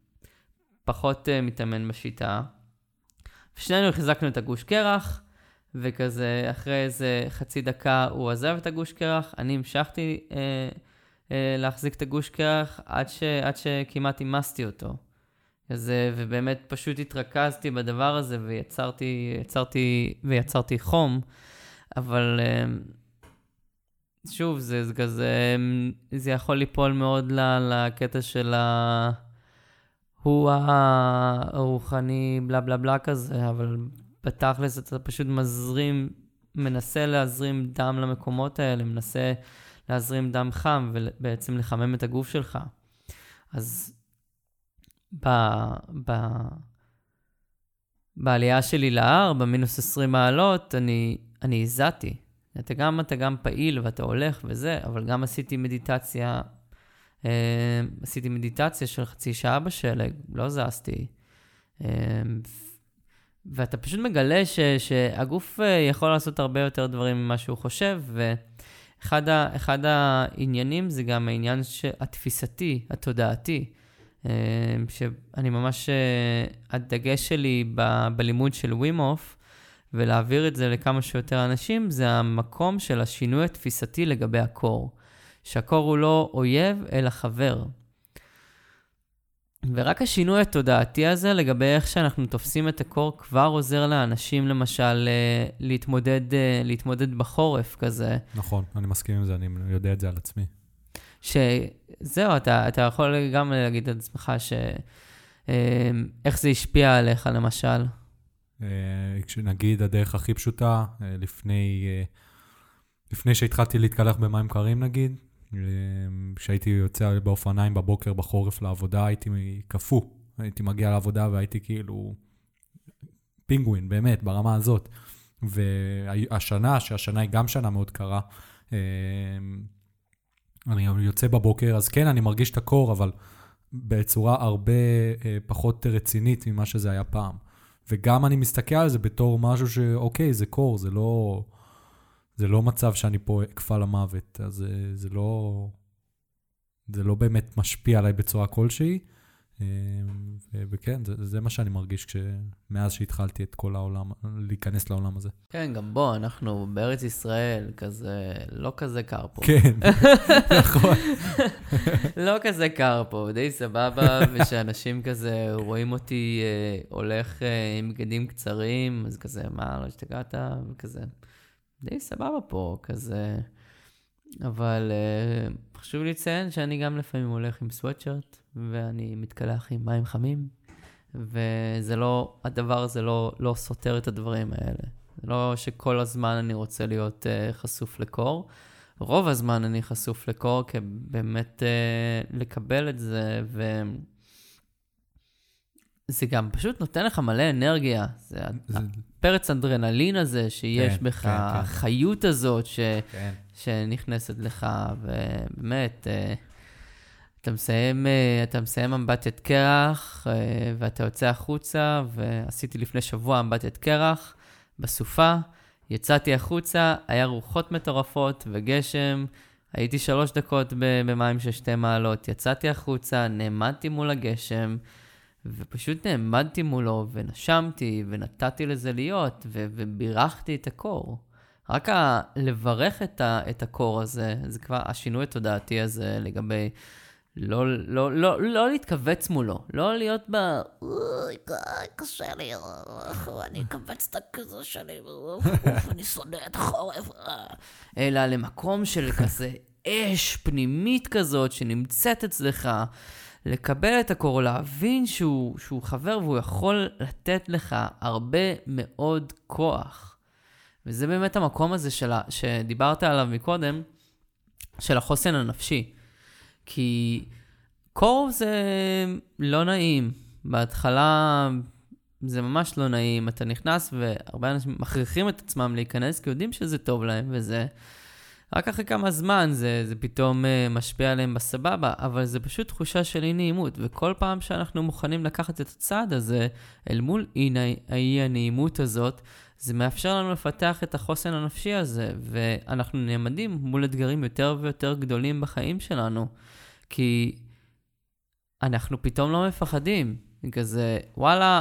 שפחות מתאמן בשיטה, ושנינו החזקנו את הגוש קרח, וכזה אחרי איזה חצי דקה הוא עזב את הגוש קרח, אני המשכתי להחזיק את הגוש קרח עד שכמעט אימסתי אותו. ובאמת פשוט התרכזתי בדבר הזה ויצרתי חום, אבל שוב, זה יכול ליפול מאוד לקטע של הוא הרוחני בלה בלה בלה כזה, אבל בתכלס אתה פשוט מנסה להזרים דם למקומות האלה, מנסה להזרים דם חם ובעצם לחמם את הגוף שלך. אז בעלייה שלי להר, במינוס 20 מעלות, אני הזעתי. אתה גם פעיל ואתה הולך וזה, אבל גם עשיתי מדיטציה של חצי שעה בשלג, לא זזתי. ואתה פשוט מגלה שהגוף יכול לעשות הרבה יותר דברים ממה שהוא חושב, ואחד העניינים זה גם העניין התפיסתי, התודעתי, שאני ממש, הדגש שלי בלימוד של ווים הוף, ולהעביר את זה לכמה שיותר אנשים, זה המקום של השינוי התפיסתי לגבי הקור. שהקור הוא לא אויב, אלא חבר. ורק השינוי התודעתי הזה, לגבי איך שאנחנו תופסים את הקור, כבר עוזר לאנשים, למשל, להתמודד בחורף כזה. נכון, אני מסכים עם זה, אני יודע את זה על עצמי. שזהו, אתה יכול גם להגיד את עצמך איך זה השפיע עליך, למשל. כשנגיד הדרך הכי פשוטה, לפני שהתחלתי להתקלח במים קרים נגיד, כשהייתי יוצא באופניים בבוקר בחורף לעבודה, הייתי קפוא, הייתי מגיע לעבודה והייתי כאילו פינגווין, באמת, ברמה הזאת. שהשנה היא גם שנה מאוד קרה, אני יוצא בבוקר, אז כן, אני מרגיש את הקור, אבל בצורה הרבה פחות רצינית ממה שזה היה פעם. וגם אני מסתכל על זה בתור משהו שאוקיי, זה קור, זה לא מצב שאני פה אקפה למוות, אז זה לא באמת משפיע עליי בצורה כלשהי, וכן, זה מה שאני מרגיש מאז שהתחלתי את כל העולם, להיכנס לעולם הזה. כן, גם אנחנו בארץ ישראל, כזה, לא כזה קר פה. כן, נכון. לא כזה קר פה, די סבבה, ושאנשים כזה רואים אותי הולך עם בגדים קצרים, אז כזה, מה, לא השתגעת, וכזה. די סבבה פה, כזה. אבל חשוב לי לציין שאני גם לפעמים הולך עם סוואטשרט, ואני מתקלח עם מים חמים, הדבר הזה לא סותר את הדברים האלה. זה לא שכל הזמן אני רוצה להיות חשוף לקור. רוב הזמן אני חשוף לקור, כי באמת לקבל את זה, זה גם פשוט נותן לך מלא אנרגיה. זה הפרץ אנדרנלין הזה שיש בך, החיות הזאת שנכנסת לך, ובאמת, אתה מסיים אמבטיית קרח, ואתה יוצא החוצה, ועשיתי לפני שבוע אמבטיית קרח בסופה, יצאתי החוצה, היה רוחות מטורפות וגשם, הייתי 3 דקות במים של 2 מעלות, יצאתי החוצה, נעמדתי מול הגשם, ופשוט נעמדתי מולו, ונשמתי, ונתתי לזה להיות, ובירכתי את הקור. רק לברך את הקור הזה, זה כבר השינוי התודעתי הזה לגבי לא להתכווץ מולו, לא להיות אוי, קשה לי, אני אכווץ את הכזה שלי, אני שונא את החורף, אלא למקום של כזה אש פנימית כזאת שנמצאת אצלך, לקבל את הקור, להבין שהוא חבר והוא יכול לתת לך הרבה מאוד כוח. וזה באמת המקום הזה שדיברת עליו מקודם, של החוסן הנפשי. כי קור זה לא נעים. בהתחלה זה ממש לא נעים. אתה נכנס והרבה אנשים מכריחים את עצמם להיכנס, כי יודעים שזה טוב להם וזה. רק אחרי כמה זמן זה פתאום משפיע עליהם בסבבה, אבל זה פשוט תחושה של אי נעימות, וכל פעם שאנחנו מוכנים לקחת את הצעד הזה, אל מול אי הנעימות הזאת, זה מאפשר לנו לפתח את החוסן הנפשי הזה, ואנחנו נעמדים מול אתגרים יותר ויותר גדולים בחיים שלנו, כי אנחנו פתאום לא מפחדים, כזה, וואלה,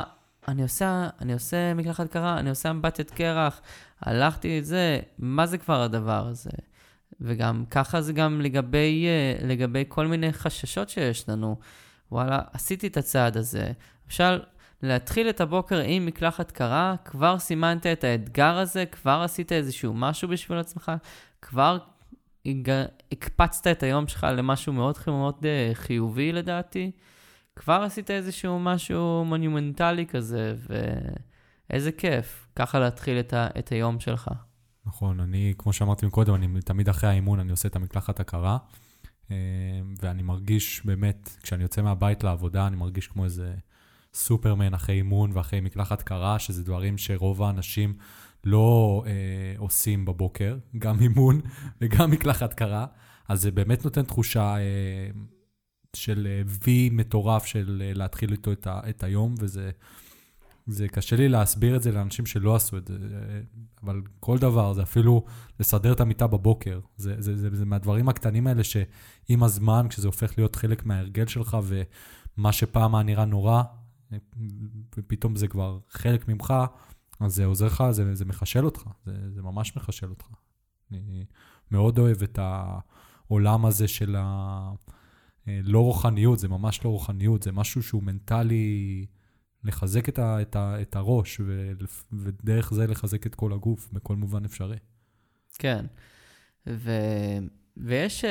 אני עושה מקלחת קרה, אני עושה אמבטיית קרח, הלכתי את זה, מה זה כבר הדבר הזה? וגם ככה זה גם לגבי כל מיני חששות שיש לנו. וואלה, עשיתי את הצעד הזה. אפשר להתחיל את הבוקר עם מקלחת קרה, כבר סימנת את האתגר הזה, כבר עשית איזשהו משהו בשביל עצמך, כבר הקפצת את היום שלך למשהו מאוד מאוד חיובי לדעתי, כבר עשית איזשהו משהו מונומנטלי כזה, ואיזה כיף, ככה להתחיל את היום שלך. נכון, אני, כמו שאמרתי מקודם, אני תמיד אחרי האימון, אני עושה את המקלחת הקרה, ואני מרגיש באמת, כשאני יוצא מהבית לעבודה, אני מרגיש כמו איזה סופרמן אחרי אימון ואחרי מקלחת קרה, שזה דברים שרוב האנשים לא עושים בבוקר, גם אימון וגם מקלחת קרה, אז זה באמת נותן תחושה של וי מטורף של להתחיל איתו את היום, וזה קשה לי להסביר את זה לאנשים שלא עשו את זה, אבל כל דבר, זה אפילו לסדר את המיטה בבוקר, זה מהדברים הקטנים האלה שעם הזמן, כשזה הופך להיות חלק מההרגל שלך, ומה שפעם נראה נורא, ופתאום זה כבר חלק ממך, אז זה עוזר לך, זה מחשל אותך, זה ממש מחשל אותך. אני מאוד אוהב את העולם הזה של לא רוחניות, זה ממש לא רוחניות, זה משהו שהוא מנטלי, לחזק את הראש, ודרך זה לחזק את כל הגוף, בכל מובן אפשרי. כן, ויש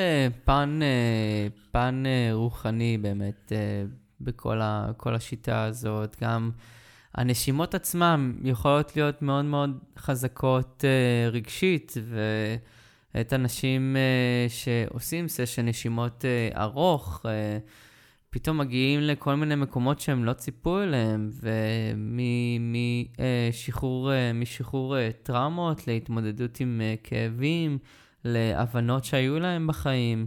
פן רוחני באמת, בכל השיטה הזאת, גם הנשימות עצמם יכולות להיות מאוד מאוד חזקות רגשית, ואת אנשים שעושים סשן נשימות ארוך, פתאום מגיעים לכל מיני מקומות שהם לא ציפו אליהם, משחרור טראומות, להתמודדות עם כאבים, להבנות שהיו להם בחיים,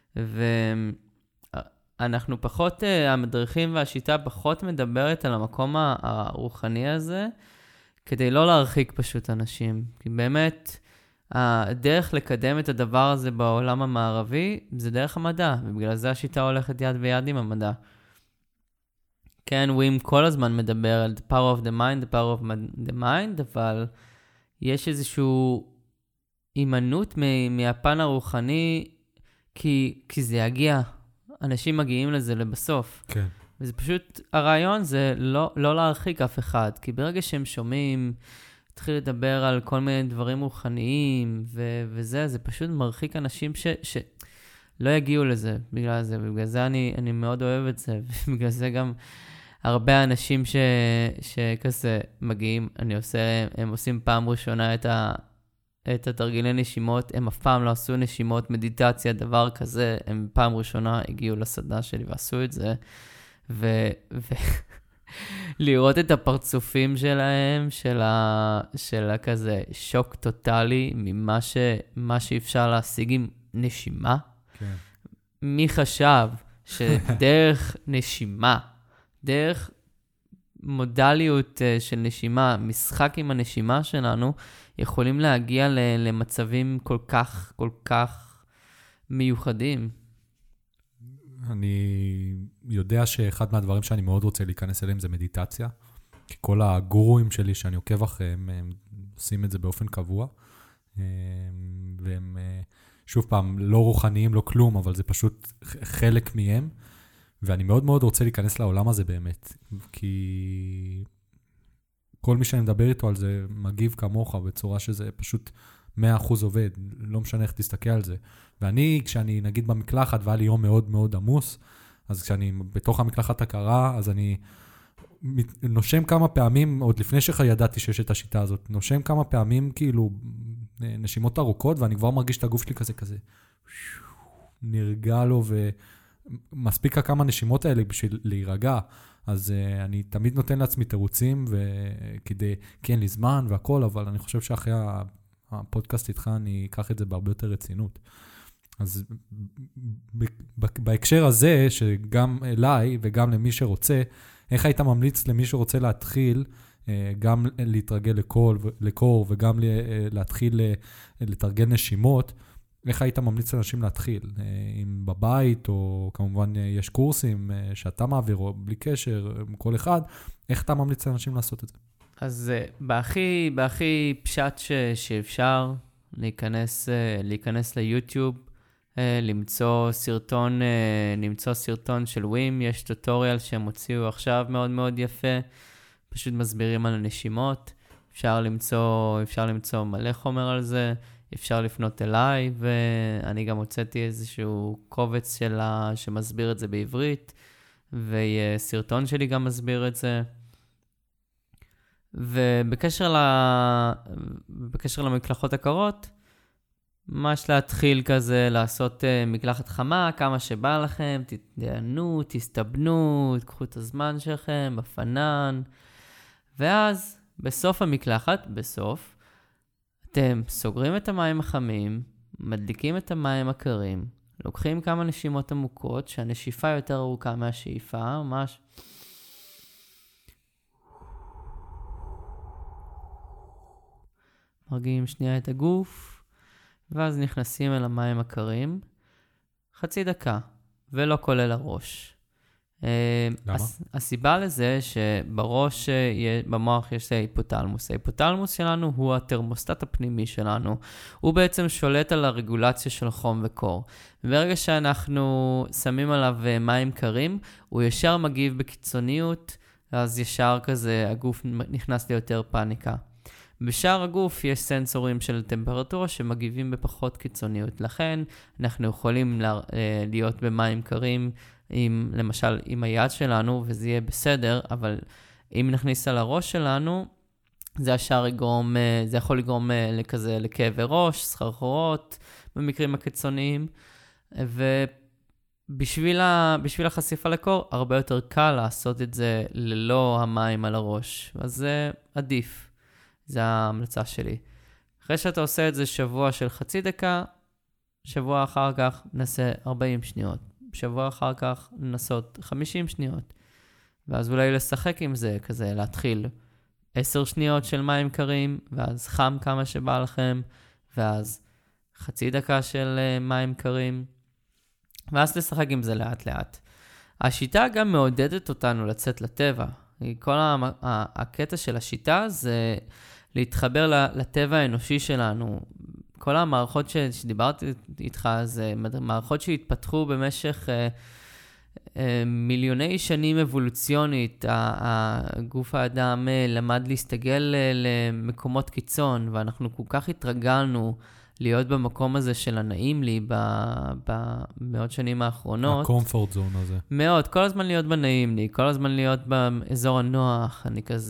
אנחנו פחות, המדריכים והשיטה פחות מדברת על המקום הרוחני הזה, כדי לא להרחיק פשוט אנשים. כי באמת, הדרך לקדם את הדבר הזה בעולם המערבי, זה דרך המדע, ובגלל זה השיטה הולכת יד ביד עם המדע. כן, ווים כל הזמן מדבר על the power of the mind, the power of the mind, אבל יש איזשהו אימנות מהפן הרוחני, כי זה יגיע. אנשים מגיעים לזה לבסוף. כן. וזה פשוט, הרעיון זה לא להרחיק אף אחד, כי ברגע שהם שומעים, התחיל לדבר על כל מיני דברים רוחניים, זה פשוט מרחיק אנשים שלא יגיעו לזה בגלל זה, ובגלל זה אני מאוד אוהב את זה, ובגלל זה גם הרבה אנשים שכזה מגיעים, הם עושים פעם ראשונה את התרגילי נשימות, הם אף פעם לא עשו נשימות, מדיטציה, דבר כזה, הם פעם ראשונה הגיעו לסדנה שלי ועשו את זה, לראות את הפרצופים שלהם, של כזה שוק טוטלי, ממה שאפשר להשיג עם נשימה. כן. מי חשב שדרך נשימה, דרך מודליות של נשימה, משחק עם הנשימה שלנו, יכולים להגיע למצבים כל כך מיוחדים. אני יודע שאחד מהדברים שאני מאוד רוצה להיכנס אליהם זה מדיטציה, כי כל הגורואים שלי שאני עוקב אחריהם, הם עושים את זה באופן קבוע, והם שוב פעם לא רוחניים, לא כלום, אבל זה פשוט חלק מהם, ואני מאוד מאוד רוצה להיכנס לעולם הזה באמת, כי כל מי שאני מדבר איתו על זה מגיב כמוך בצורה שזה פשוט 100% עובד, לא משנה איך תסתכל על זה. ואני, כשאני נגיד במקלחת והיה לי יום מאוד מאוד עמוס, אז כשאני בתוך המקלחת הקרה, אז אני נושם כמה פעמים, עוד לפני שידעתי שיש את השיטה הזאת, נושם כמה פעמים כאילו נשימות ארוכות, ואני כבר מרגיש את הגוף שלי כזה, נרגע לו, ומספיק כמה נשימות האלה בשביל להירגע, אז אני תמיד נותן לעצמי תירוצים, וכדי, כי אין לי זמן והכל, אבל אני חושב שאחרי הפודקאסט איתך, אני אקח את זה בהרבה יותר רצינות. אז בהקשר הזה, שגם אליי וגם למי שרוצה, איך היית ממליץ למי שרוצה להתחיל, גם להתרגל לקור וגם להתחיל לתרגל נשימות, איך היית ממליץ לאנשים להתחיל? אם בבית, או כמובן יש קורסים שאתה מעביר, או בלי קשר, כל אחד, איך אתה ממליץ לאנשים לעשות את זה? אז בהכי פשט שאפשר להיכנס ליוטיוב, למצוא סרטון של ווים, יש טוטוריאל שהם הוציאו עכשיו מאוד מאוד יפה, פשוט מסבירים על הנשימות, אפשר למצוא מלא חומר על זה, אפשר לפנות אליי, ואני גם הוצאתי איזשהו קובץ שמסביר את זה בעברית, וסרטון שלי גם מסביר את זה. ובקשר למקלחות הקרות, ממש להתחיל כזה, לעשות מקלחת חמה, כמה שבא לכם, תתענו, תסתבנו, תקחו את הזמן שלכם, בפנן, ואז בסוף המקלחת, אתם סוגרים את המים החמים, מדליקים את המים הקרים, לוקחים כמה נשימות עמוקות, שהנשיפה יותר ארוכה מהשאיפה, ממש מרגיעים שנייה את הגוף, ואז נכנסים אל המים הקרים, חצי דקה, ולא כולל הראש. למה? הסיבה לזה שבראש, במוח יש היפותלמוס. ההיפותלמוס שלנו הוא התרמוסטט הפנימי שלנו. הוא בעצם שולט על הרגולציה של חום וקור. וברגע שאנחנו שמים עליו מים קרים, הוא ישר מגיב בקיצוניות, אז ישר כזה הגוף נכנס ליותר פאניקה. בשאר הגוף יש סנסורים של טמפרטורה שמגיבים בפחות קיצוניות. לכן אנחנו יכולים להיות במים קרים, למשל עם היד שלנו, וזה יהיה בסדר, אבל אם נכניס על הראש שלנו, זה יכול לגרום לכאבי ראש, סחרחורות, במקרים הקיצוניים, ובשביל החשיפה לקור, הרבה יותר קל לעשות את זה ללא המים על הראש, אז זה עדיף. זו ההמלצה שלי. אחרי שאתה עושה את זה שבוע של חצי דקה, שבוע אחר כך נעשה 40 שניות. שבוע אחר כך ננסות 50 שניות. ואז אולי לשחק עם זה, כזה להתחיל 10 שניות של מים קרים, ואז חם כמה שבא לכם, ואז חצי דקה של מים קרים, ואז לשחק עם זה לאט לאט. השיטה גם מעודדת אותנו לצאת לטבע. כל הקטע של השיטה זה להתחבר לטבע האנושי שלנו. כל המערכות שדיברתי איתך, זה מערכות שהתפתחו במשך מיליוני שנים אבולוציונית. הגוף האדם למד להסתגל למקומות קיצון, ואנחנו כל כך התרגלנו להיות במקום הזה של הנעים לי במאות שנים האחרונות. הקומפורט זון הזה. מאוד, כל הזמן להיות בנעים לי, כל הזמן להיות באזור הנוח,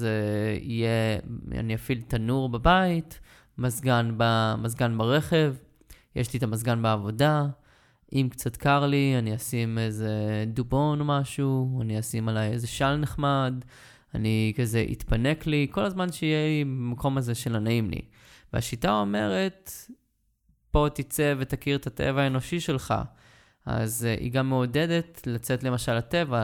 אני אפעיל תנור בבית, מזגן ברכב, יש לי את המזגן בעבודה, אם קצת קר לי, אני אשים איזה דובון או משהו, אני אשים עליי איזה של נחמד, אני כזה יתפנק לי, כל הזמן שיהיה לי במקום הזה של הנעים לי. והשיטה אומרת, פה תצא ותכיר את הטבע האנושי שלך. אז היא גם מעודדת לצאת למשל לטבע,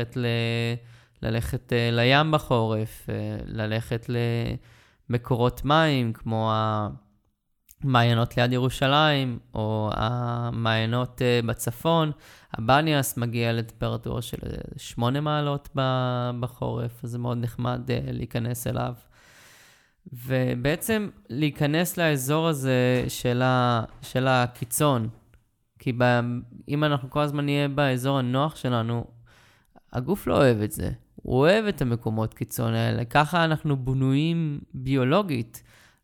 ללכת לים בחורף, ללכת למקורות מים, כמו המעיינות ליד ירושלים, או המעיינות בצפון. הבניאס מגיע לטמפרטורה של 8 מעלות בחורף, אז זה מאוד נחמד להיכנס אליו. ובעצם להיכנס לאזור הזה של הקיצון, כי אם אנחנו כל הזמן נהיה באזור הנוח שלנו, הגוף לא אוהב את זה. הוא אוהב את המקומות קיצון האלה. ככה אנחנו בנויים ביולוגית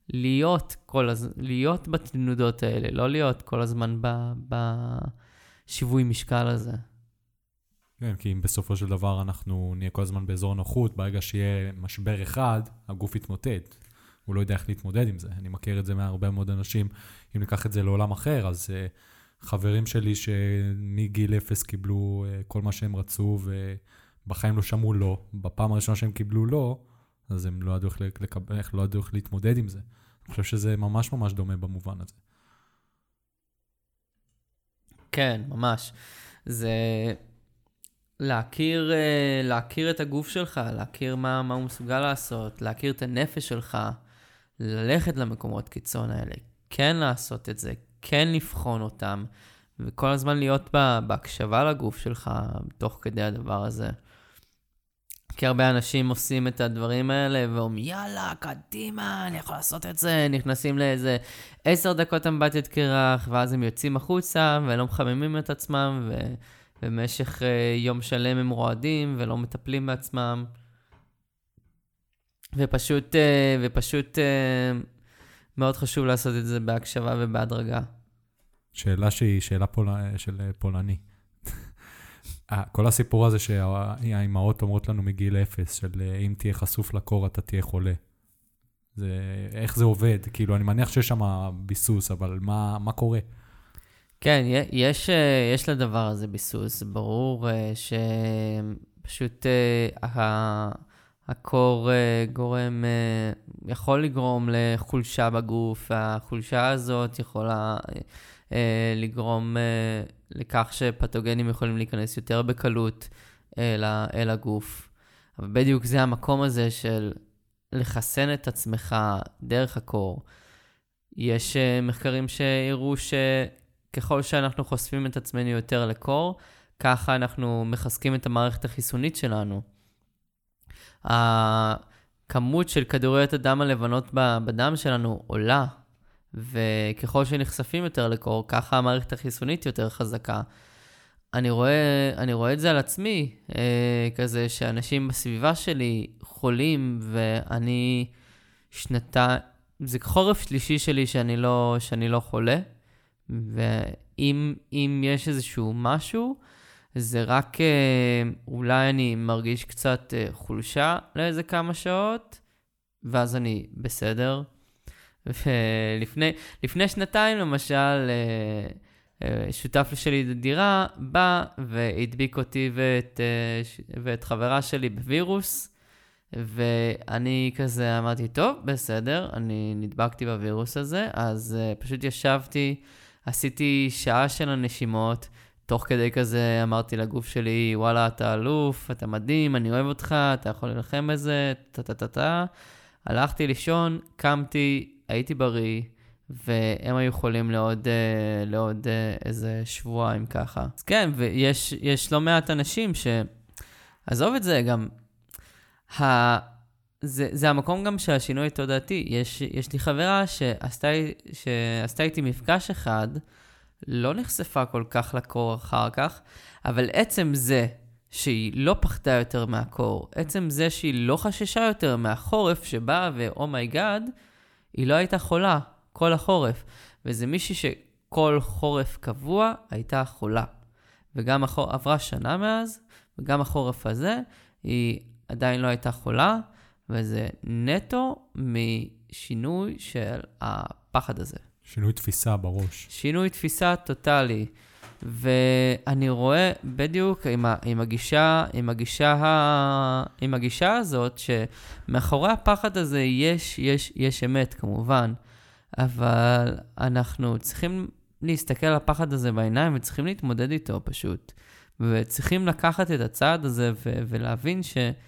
להיות בתנודות האלה, לא להיות כל הזמן בשיווי משקל הזה. כן, כי אם בסופו של דבר אנחנו נהיה כל הזמן באזור נוחות, ברגע שיהיה משבר אחד, הגוף יתמוטט. הוא לא יודע איך להתמודד עם זה. אני מכיר את זה מהרבה מאוד אנשים. אם ניקח את זה לעולם אחר, אז חברים שלי שמגיל 0 קיבלו כל מה שהם רצו, ובחיים לא שמעו לא. בפעם הראשונה שהם קיבלו לא, אז הם לא ידעו איך להתמודד עם זה. אני חושב שזה ממש ממש דומה במובן הזה. כן, ממש. זה להכיר את הגוף שלך, להכיר מה הוא מסוגל לעשות, להכיר את הנפש שלך, ללכת למקומות קיצון האלה, כן לעשות את זה, כן לבחון אותם, וכל הזמן להיות בהקשבה לגוף שלך, תוך כדי הדבר הזה. כי הרבה אנשים עושים את הדברים האלה, ואומרים, יאללה, קדימה, אני יכול לעשות את זה, נכנסים לאיזה 10 דקות אמבטיות קרח, ואז הם יוצאים החוצה, ולא מחממים את עצמם, ובמשך יום שלם הם רועדים, ולא מטפלים בעצמם. ופשוט מאוד חשוב לעשות את זה בהקשבה ובהדרגה. שאלה שהיא שאלה של פולני. כל הסיפור הזה שהאימהות אומרות לנו מגיל 0, של אם תהיה חשוף לקור, אתה תהיה חולה. איך זה עובד? כאילו, אני מניח שיש שם ביסוס, אבל מה קורה? כן, יש לדבר הזה ביסוס. ברור שפשוט הקור יכול לגרום לחולשה בגוף, והחולשה הזאת יכולה לגרום לכך שפתוגנים יכולים להיכנס יותר בקלות אל הגוף. אבל בדיוק זה המקום הזה של לחסן את עצמך דרך הקור. יש מחקרים שהראו שככל שאנחנו חושפים את עצמנו יותר לקור, ככה אנחנו מחזקים את המערכת החיסונית שלנו. הכמות של כדוריות הדם הלבנות בדם שלנו עולה, וככל שנחשפים יותר לקור, ככה המערכת החיסונית יותר חזקה. אני רואה את זה על עצמי, כזה שאנשים בסביבה שלי חולים, ואני זה חורף שלישי שלי שאני לא חולה, ואם יש איזשהו משהו, זה רק אולי אני מרגיש קצת חולשה לאיזה כמה שעות, ואז אני בסדר. ולפני שנתיים למשל, שותף שלי לדירה בא והדביק אותי ואת חברה שלי בווירוס, ואני כזה אמרתי, טוב, בסדר, אני נדבקתי בווירוס הזה, אז פשוט ישבתי, עשיתי שעה של הנשימות, תוך כדי כזה אמרתי לגוף שלי, וואלה, אתה אלוף, אתה מדהים, אני אוהב אותך, אתה יכול ללחם בזה, הלכתי לישון, קמתי, הייתי בריא, והם היו יכולים לעוד איזה שבועיים ככה. אז כן, ויש לא מעט אנשים עזוב את זה, גם זה המקום גם שהשינוי תודעתי. יש לי חברה שעשתה איתי מפגש אחד, לא נחשפה כל כך לקור אחר כך, אבל עצם זה שהיא לא פחדה יותר מהקור, עצם זה שהיא לא חששה יותר מהחורף שבא ואומייגאד, היא לא הייתה חולה כל החורף. וזה מישהי שכל חורף קבוע הייתה חולה. וגם עברה שנה מאז, וגם החורף הזה, היא עדיין לא הייתה חולה, וזה נטו משינוי של הפחד הזה. שינוי תפיסה בראש. שינוי תפיסה טוטלי. ואני רואה בדיוק עם הגישה הזאת, שמאחורי הפחד הזה יש אמת כמובן, אבל אנחנו צריכים להסתכל על הפחד הזה בעיניים, וצריכים להתמודד איתו פשוט. וצריכים לקחת את הצעד הזה ולהבין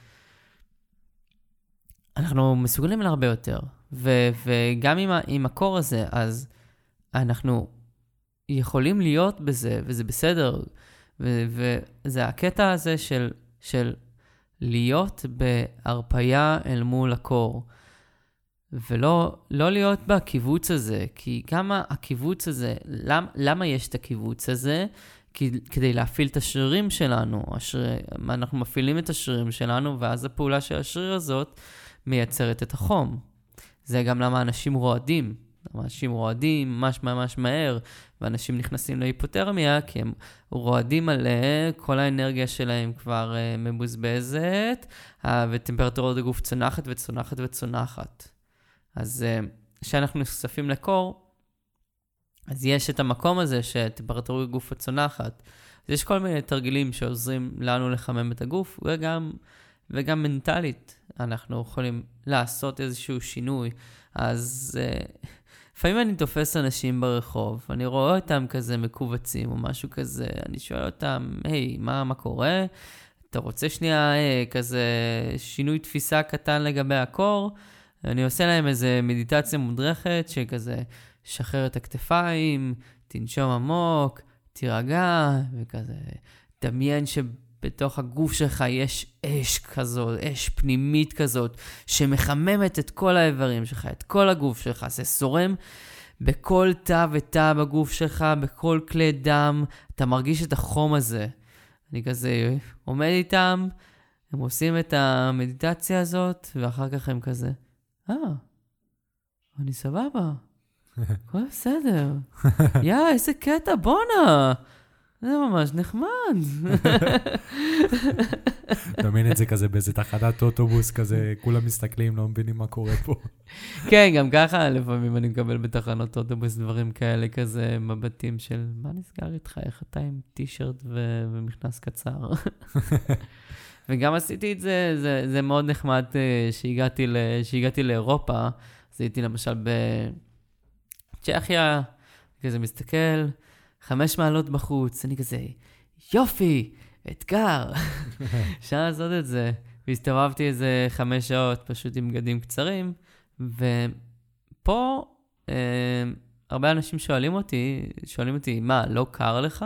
שאנחנו מסוגלים להרבה יותר. וגם עם הקור הזה, אז אנחנו יכולים להיות בזה, וזה בסדר. וזה הקטע הזה של להיות בהרפאיה אל מול הקור. ולא להיות בקיבוץ הזה, כי גם הקיבוץ הזה, למה יש את הקיבוץ הזה? כדי להפעיל את השרירים שלנו. אנחנו מפעילים את השרירים שלנו, ואז הפעולה של השריר הזאת מייצרת את החום. זה גם למה אנשים רועדים. אנשים רועדים ממש מהר, ואנשים נכנסים להיפותרמיה, כי הם רועדים מלא, כל האנרגיה שלהם כבר מבוזבזת, וטמפרטורת הגוף צונחת. אז כשאנחנו נחשפים לקור, אז יש את המקום הזה שטמפרטורת הגוף צונחת. אז יש כל מיני תרגילים שעוזרים לנו לחמם את הגוף, וגם מנטלית אנחנו יכולים לעשות איזשהו שינוי. אז לפעמים אני תופס אנשים ברחוב, אני רואה אותם כזה מקובצים או משהו כזה, אני שואל אותם, היי, מה קורה? אתה רוצה שנייה כזה שינוי תפיסה קטן לגבי הקור? אני עושה להם איזה מדיטציה מודרכת שכזה, שחרר את הכתפיים, תנשום עמוק, תירגע, וכזה, דמיין שבתוך הגוף שלך יש אש כזאת, אש פנימית כזאת, שמחממת את כל האיברים שלך, את כל הגוף שלך, זה זורם בכל תא ותא בגוף שלך, בכל כלי דם, אתה מרגיש את החום הזה. אני כזה עומד איתם, הם עושים את המדיטציה הזאת, ואחר כך הם כזה, אני סבבה, הכל בסדר. איזה קטע, בונה. זה ממש נחמד. דמיין את זה כזה באיזה תחנת אוטובוס, כזה כולם מסתכלים, לא מבינים מה קורה פה. כן, גם ככה לפעמים אני מקבל בתחנות אוטובוס דברים כאלה, כזה מבטים של, מה נסגר איתך? איך אתה עם טישרט ומכנס קצר? וגם עשיתי את זה, זה מאוד נחמד שהגעתי לאירופה, אז הייתי למשל בצ'כיה, כזה מסתכל, 5 מעלות בחוץ, אני כזה, יופי, אתגר. אפשר לעשות את זה. והסתובבתי איזה 5 שעות פשוט עם בגדים קצרים, ופה הרבה אנשים שואלים אותי, מה, לא קר לך?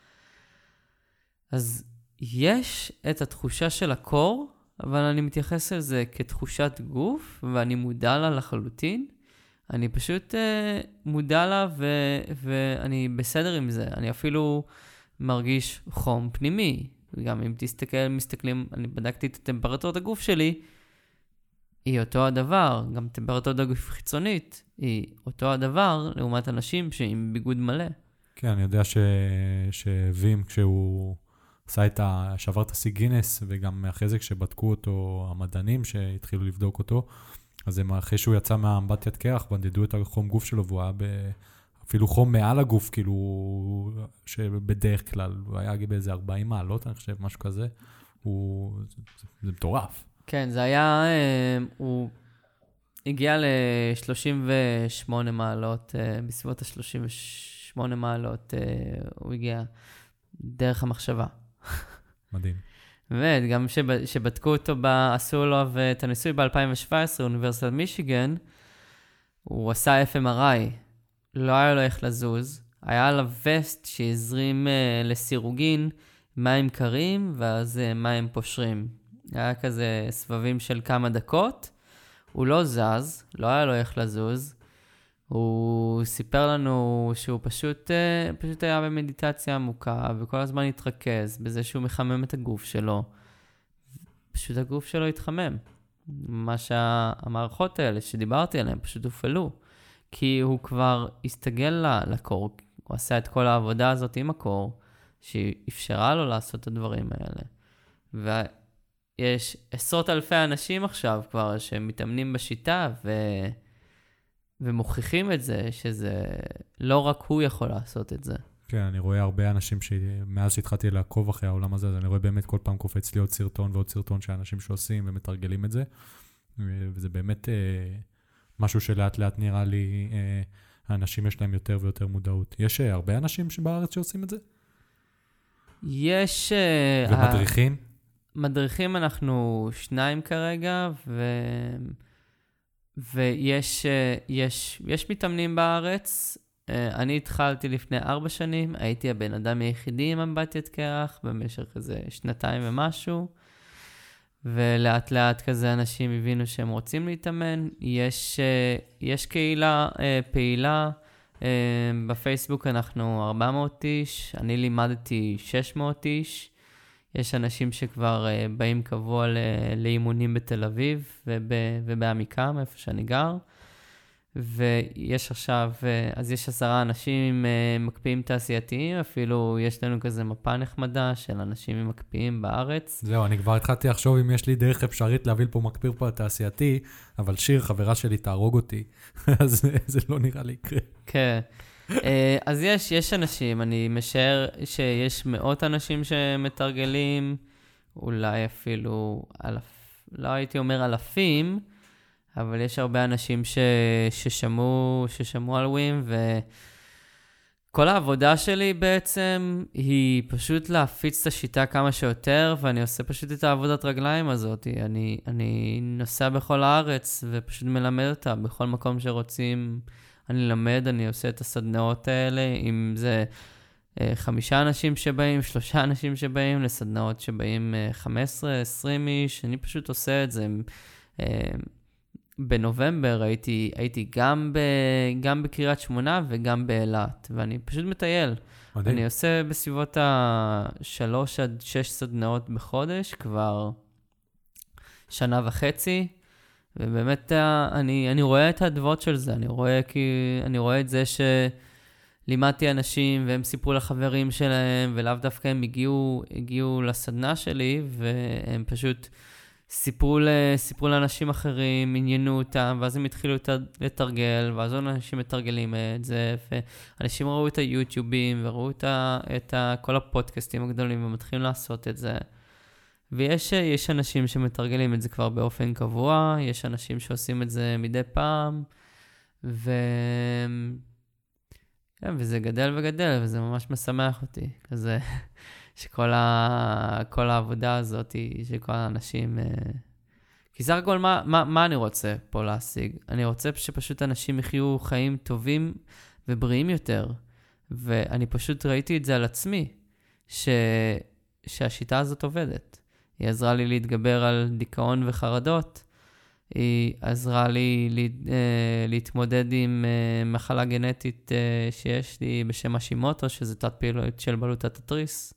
אז יש את התחושה של הקור, אבל אני מתייחס לזה כתחושת גוף, ואני מודע לה לחלוטין. אני פשוט מודע לה, ואני בסדר עם זה. אני אפילו מרגיש חום פנימי. גם אם מסתכלים, אני בדקתי את טמפרטורת הגוף שלי, היא אותו הדבר. גם טמפרטורת הגוף חיצונית, היא אותו הדבר, לעומת אנשים שעם ביגוד מלא. כן, אני יודע שווים, כשהוא שבר את השיא גינס, וגם אחרי זה כשבדקו אותו המדענים שהתחילו לבדוק אותו, אז אחרי שהוא יצא מהאמבטיית קרח, בנדדו את החום גוף שלו, והוא היה אפילו חום מעל הגוף, כאילו, שבדרך כלל, הוא היה באיזה 40 מעלות, אני חושב, משהו כזה, זה מטורף. כן, זה היה, הוא הגיע ל-38 מעלות, בסביבות ה-38 מעלות, הוא הגיע דרך המחשבה. מדהים. באמת, גם שבדקו אותו, עשו לו את הניסוי ב-2017, אוניברסיטת מישיגן, הוא עשה FMRI, לא היה לו איך לזוז, היה עליו וסט שהזרים לסירוגין מים קרים, ואז מים פושרים. היה כזה סבבים של כמה דקות, הוא לא זז, לא היה לו איך לזוז, הוא סיפר לנו שהוא פשוט היה במדיטציה עמוקה, וכל הזמן התרכז בזה שהוא מחמם את הגוף שלו. פשוט הגוף שלו התחמם. מה שהמערכות האלה שדיברתי עליהן פשוט הופעלו. כי הוא כבר הסתגל לקור, הוא עשה את כל העבודה הזאת עם הקור, שאפשרה לו לעשות את הדברים האלה. ויש 10,000 אנשים עכשיו כבר שמתאמנים בשיטה, ומוכיחים את זה, שזה לא רק הוא יכול לעשות את זה. כן, אני רואה הרבה אנשים שמאז שהתחלתי לעקוב אחרי העולם הזה, אז אני רואה באמת כל פעם קופץ לי עוד סרטון ועוד סרטון שאנשים שעושים ומתרגלים את זה, וזה באמת משהו שלאט לאט נראה לי, האנשים יש להם יותר ויותר מודעות. יש הרבה אנשים בארץ שעושים את זה? יש... ומדריכים? מדריכים אנחנו 2 כרגע, ויש מתאמנים בארץ. אני התחלתי לפני 4 שנים, הייתי הבן אדם היחידי עם אמבטיית קרח, במשך איזה 2 ומשהו, ולאט לאט כזה אנשים הבינו שהם רוצים להתאמן. יש קהילה פעילה, בפייסבוק אנחנו 400 איש, אני לימדתי 600 איש, יש אנשים שכבר באים קבוע לאימונים בתל אביב ובעמיקם, איפה שאני גר. ויש עכשיו, אז יש 10 אנשים מקפיאים תעשייתיים, אפילו יש לנו כזה מפה נחמדה של אנשים מקפיאים בארץ. זהו, אני כבר התחלתי לחשוב אם יש לי דרך אפשרית להביא פה מקפיר פה תעשייתי, אבל שיר, חברה שלי, תהרוג אותי, אז זה לא נראה לי יקרה. כן. אז יש אנשים, אני משער שיש מאות אנשים שמתרגלים, אולי אפילו, לא הייתי אומר אלפים, אבל יש הרבה אנשים ששמעו על ווים, וכל העבודה שלי בעצם היא פשוט להפיץ את השיטה כמה שיותר, ואני עושה פשוט את העבודת רגליים הזאת. אני נוסע בכל הארץ ופשוט מלמד אותה בכל מקום שרוצים אני למד, אני עושה את הסדנאות האלה, אם זה 5 אנשים שבאים, 3 אנשים שבאים, לסדנאות שבאים 15, 20 איש, אני פשוט עושה את זה. בנובמבר הייתי גם בקריית שמונה וגם באילת, ואני פשוט מטייל. מדהים. אני עושה בסביבות 3 עד 6 סדנאות בחודש, כבר 1.5 שנה, ובאמת אני רואה את הדבות של זה, אני רואה את זה שלימדתי אנשים והם סיפרו לחברים שלהם, ולאו דווקא הם הגיעו לסדנה שלי, והם פשוט סיפרו לאנשים אחרים, עניינו אותם, ואז הם התחילו לתרגל, ואז אנשים מתרגלים את זה, ואנשים ראו את היוטיובים, וראו את כל הפודקאסטים הגדולים, ומתחילים לעשות את זה. ויש אנשים שמתרגלים את זה כבר באופן קבוע, יש אנשים שעושים את זה מדי פעם, וזה גדל וגדל, וזה ממש משמח אותי. כזה שכל העבודה הזאת, שכל האנשים... כי סך הכל, מה אני רוצה פה להשיג? אני רוצה שפשוט אנשים יחיו חיים טובים ובריאים יותר. ואני פשוט ראיתי את זה על עצמי, שהשיטה הזאת עובדת. היא עזרה לי להתגבר על דיכאון וחרדות. היא עזרה לי להתמודד עם מחלה גנטית שיש לי בשם השימוטו, שזה תת פעילות של בלוטת התריס.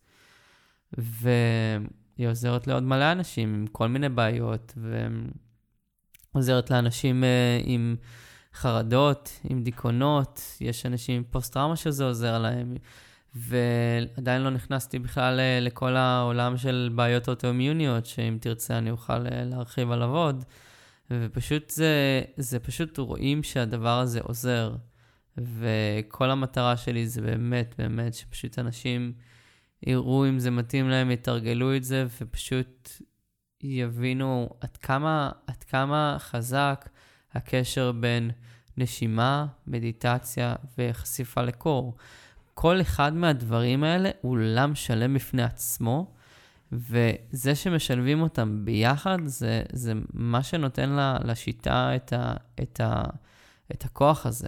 והיא עוזרת לעוד מלא אנשים עם כל מיני בעיות, ועוזרת לאנשים עם חרדות, עם דיכאונות. יש אנשים עם פוסט-טראומה שזה עוזר להם. ועדיין לא נכנסתי בכלל לכל העולם של בעיות אוטואימיוניות, שאם תרצה אני אוכל להרחיב עליו עוד. ופשוט זה פשוט רואים שהדבר הזה עוזר. וכל המטרה שלי זה באמת, באמת, שפשוט אנשים יראו אם זה מתאים להם, יתרגלו את זה, ופשוט יבינו עד כמה חזק הקשר בין נשימה, מדיטציה וחשיפה לקור. כל אחד מהדברים האלה הוא עולם שלם בפני עצמו, וזה שמשלבים אותם ביחד, זה מה שנותן לשיטה את הכוח הזה.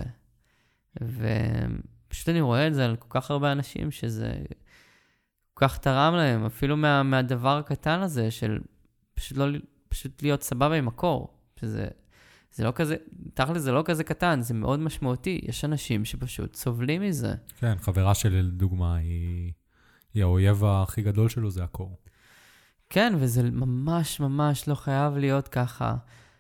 ופשוט אני רואה את זה על כל כך הרבה אנשים, שזה כל כך תרם להם, אפילו מהדבר הקטן הזה, של פשוט להיות סבבה עם הקור. זה לא כזה, תכל'ס זה לא כזה קטן, זה מאוד משמעותי. יש אנשים שפשוט סובלים מזה. כן, חברה שלי לדוגמה, היא האויב הכי גדול שלו, זה הקור. כן, וזה ממש ממש לא חייב להיות ככה.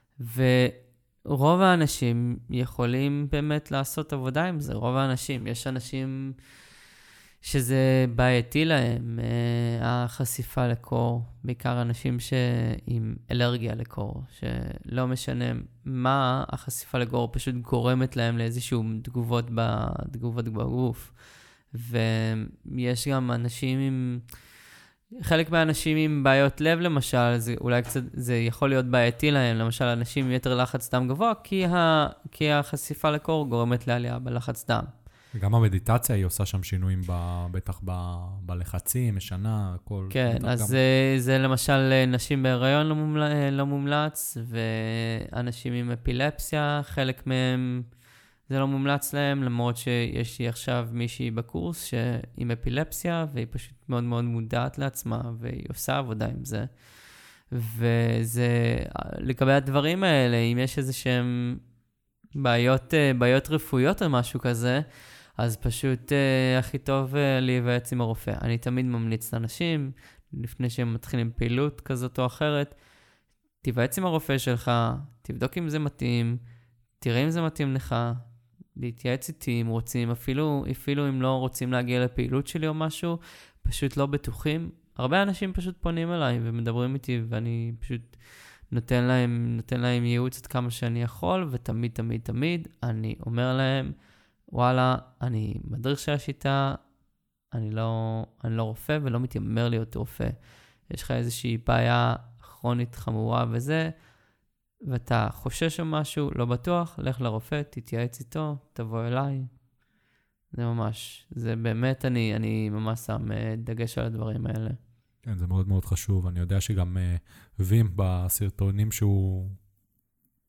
ורוב האנשים יכולים באמת לעשות עבודה עם זה. רוב האנשים, יש אנשים שזה בעייתי להם, החשיפה לקור, בעיקר אנשים עם אלרגיה לקור, שלא משנה מה החשיפה לקור, פשוט גורמת להם לאיזשהו תגובות בגוף. ויש גם אנשים חלק מהאנשים עם בעיות לב למשל, אולי קצת, זה יכול להיות בעייתי להם, למשל אנשים עם יתר לחץ דם גבוה, כי החשיפה לקור גורמת לעלייה בלחץ דם. וגם המדיטציה היא עושה שם שינויים בטח בלחצים, משנה, הכל. כן, אז זה למשל נשים בהיריון לא מומלץ, ואנשים עם אפילפסיה, חלק מהם זה לא מומלץ להם, למרות שיש לי עכשיו מישהי בקורס עם אפילפסיה, והיא פשוט מאוד מאוד מודעת לעצמה, והיא עושה עבודה עם זה. וזה, לגבי הדברים האלה, אם יש איזה שהם בעיות רפואיות או משהו כזה, אז פשוט הכי טוב להיוועץ עם הרופא. אני תמיד ממליץ לאנשים, לפני שהם מתחילים פעילות כזאת או אחרת, תיוועץ עם הרופא שלך, תבדוק אם זה מתאים, תראה אם זה מתאים לך, להתייעץ איתי אם רוצים, אפילו אם לא רוצים להגיע לפעילות שלי או משהו, פשוט לא בטוחים. הרבה אנשים פשוט פונים אליי ומדברים איתי, ואני פשוט נותן להם ייעוץ עד כמה שאני יכול, ותמיד, תמיד, תמיד אני אומר להם, וואלה, אני מדריך של השיטה, אני לא רופא ולא מתיימר להיות רופא. יש לך איזושהי בעיה כרונית חמורה וזה, ואתה חושש או משהו, לא בטוח, לך לרופא, תתייעץ איתו, תבוא אליי. זה ממש, זה באמת, אני ממש שם דגש על הדברים האלה. כן, זה מאוד מאוד חשוב. אני יודע שגם וים בסרטונים שהוא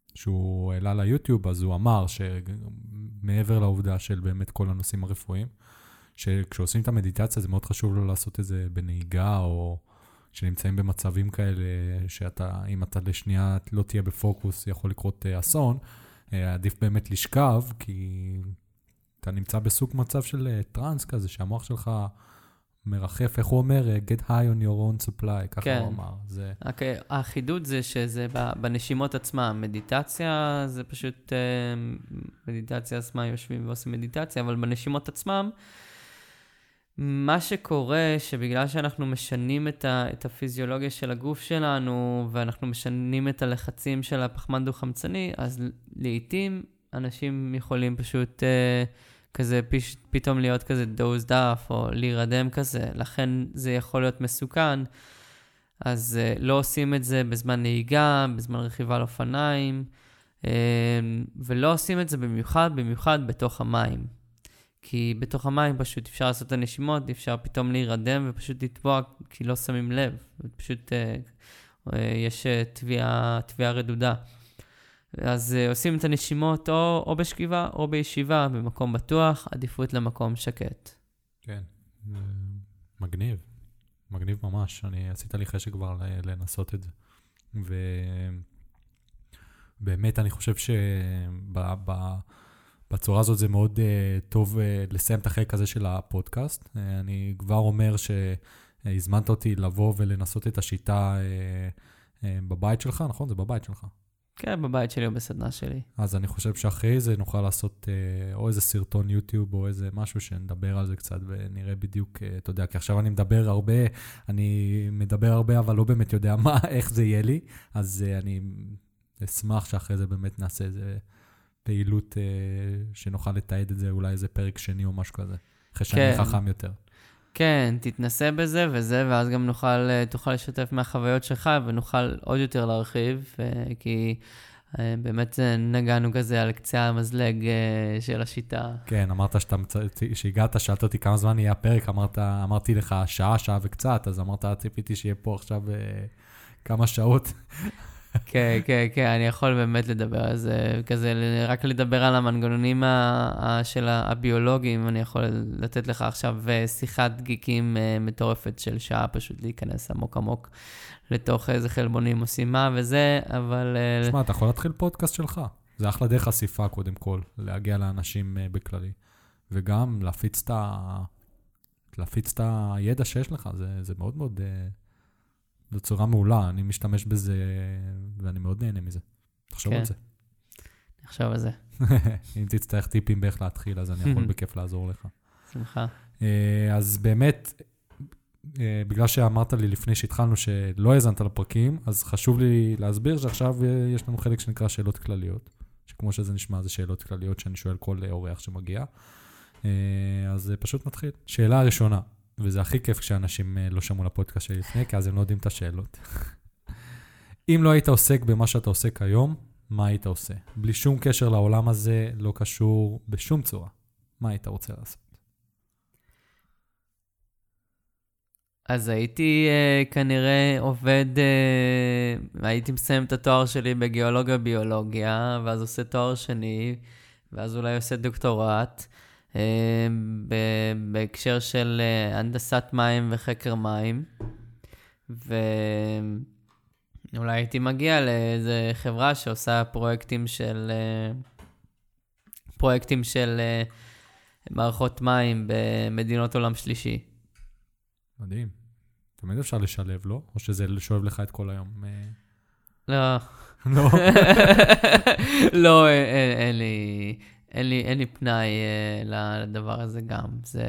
שהוא העלה ליוטיוב, אז הוא אמר שמעבר לעובדה של באמת כל הנושאים הרפואיים, שכשעושים את המדיטציה זה מאוד חשוב לו לעשות את זה בנהיגה, או שנמצאים במצבים כאלה, אם אתה לשנייה לא תהיה בפוקוס, יכול לקרות אסון, עדיף באמת לשכב, כי אתה נמצא בסוג מצב של טרנס כזה, שהמוח שלך מרחף, איך הוא אומר? Get high on your own supply, ככה הוא אמר. החידוד זה שזה בנשימות עצמה, מדיטציה זה פשוט, מדיטציה עצמה יושבים ועושים מדיטציה, אבל בנשימות עצמם, מה שקורה שבגלל שאנחנו משנים את הפיזיולוגיה של הגוף שלנו, ואנחנו משנים את הלחצים של הפחמן דו-חמצני, אז לעתים אנשים יכולים פשוט כזה פתאום להיות כזה dozed off, או להירדם כזה, לכן זה יכול להיות מסוכן. אז לא עושים את זה בזמן נהיגה, בזמן רכיבה על אופניים, ולא עושים את זה במיוחד בתוך המים. כי בתוך המים פשוט אפשר לעשות את הנשימות, אפשר פתאום להירדם ופשוט לטבוע, כי לא שמים לב. פשוט יש תביעה רדודה. אז עושים את הנשימות או בשכיבה או בישיבה, במקום בטוח, עדיפות למקום שקט. כן, מגניב. מגניב ממש. עשית לי חשק כבר לנסות את זה. ובאמת אני חושב בצורה הזאת זה מאוד טוב לסיים את החלק הזה של הפודקאסט. אני כבר אומר שהזמנת אותי לבוא ולנסות את השיטה בבית שלך, נכון? זה בבית שלך. כן, בבית שלי או בסדנה שלי. אז אני חושב שאחרי זה נוכל לעשות או איזה סרטון יוטיוב או איזה משהו שנדבר על זה קצת ונראה בדיוק, אתה יודע, כי עכשיו אני מדבר הרבה, אבל לא באמת יודע איך זה יהיה לי, אז אני אשמח שאחרי זה באמת נעשה איזה פעילות שנוכל לתעד את זה, אולי איזה פרק שני או משהו כזה, אחרי שאני חכם יותר. כן, תתנסה בזה וזה, ואז גם תוכל לשתף מהחוויות שלך, ונוכל עוד יותר להרחיב, כי באמת נגענו כזה על קצה המזלג של השיטה. כן, אמרת שהגעת, שאלת אותי כמה זמן יהיה הפרק, אמרתי לך שעה וקצת, אז אמרת, ציפיתי שיהיה פה עכשיו כמה שעות. כן, אני יכול באמת לדבר על זה, כזה, רק לדבר על המנגנונים של הביולוגיים, אני יכול לתת לך עכשיו שיחת גיקים מטורפת של שעה, פשוט להיכנס עמוק לתוך איזה חלבונים עושים מה וזה, אבל... תשמע, אתה יכול להתחיל פודקאסט שלך, זה אחלה דרך חשיפה קודם כל, להגיע לאנשים בכללי, וגם להפיץ את הידע שיש לך, זה מאוד מאוד... זו צורה מעולה, אני משתמש בזה, ואני מאוד נהנה מזה. תחשוב על זה. תחשוב על זה. אם תצטרך טיפים באיך להתחיל, אז אני יכול בכיף לעזור לך. שמחה. אז באמת, בגלל שאמרת לי לפני שהתחלנו שלא האזנת לפרקים, אז חשוב לי להסביר שעכשיו יש לנו חלק שנקרא שאלות כלליות, שכמו שזה נשמע, זה שאלות כלליות שאני שואל כל אורח שמגיע. אז פשוט נתחיל. שאלה הראשונה. וזה הכי כיף כשאנשים לא שמעו לפודקאסט שלי לפני, כי אז הם לא יודעים את השאלות. אם לא היית עוסק במה שאתה עוסק היום, מה היית עושה? בלי שום קשר לעולם הזה, לא קשור בשום צורה. מה היית רוצה לעשות? אז הייתי כנראה עובד, הייתי מסיים את התואר שלי בגיאולוגיה ביולוגיה, ואז עושה תואר שני, ואז אולי עושה דוקטורט, בהקשר של הנדסת מים וחקר מים, ואולי הייתי מגיע לאיזה חברה שעושה פרויקטים של מערכות מים במדינות עולם שלישי. מדהים. תמיד אפשר לשלב, לא? או שזה שואב לך את כל היום? לא. לא? לא, אין לי פנאי לדבר הזה גם.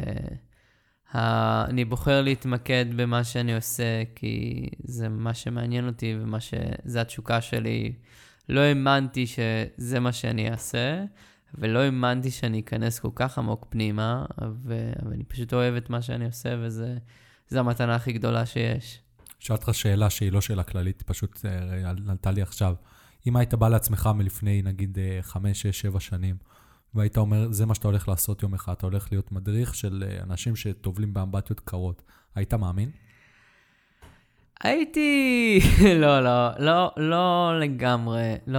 אני בוחר להתמקד במה שאני עושה, כי זה מה שמעניין אותי, זה התשוקה שלי. לא האמנתי שזה מה שאני אעשה, ולא האמנתי שאני אכנס כל כך עמוק פנימה, ואני פשוט אוהב את מה שאני עושה, זו המתנה הכי גדולה שיש. שאלת לך שאלה שהיא לא שאלה כללית, פשוט עלתה לי עכשיו. אם היית בא לעצמך מלפני, נגיד, 5, 6, 7 שנים, והיית אומר, זה מה שאתה הולך לעשות יום אחד, אתה הולך להיות מדריך של אנשים שטובלים באמבטיות קרות. היית מאמין? הייתי... לא לגמרי.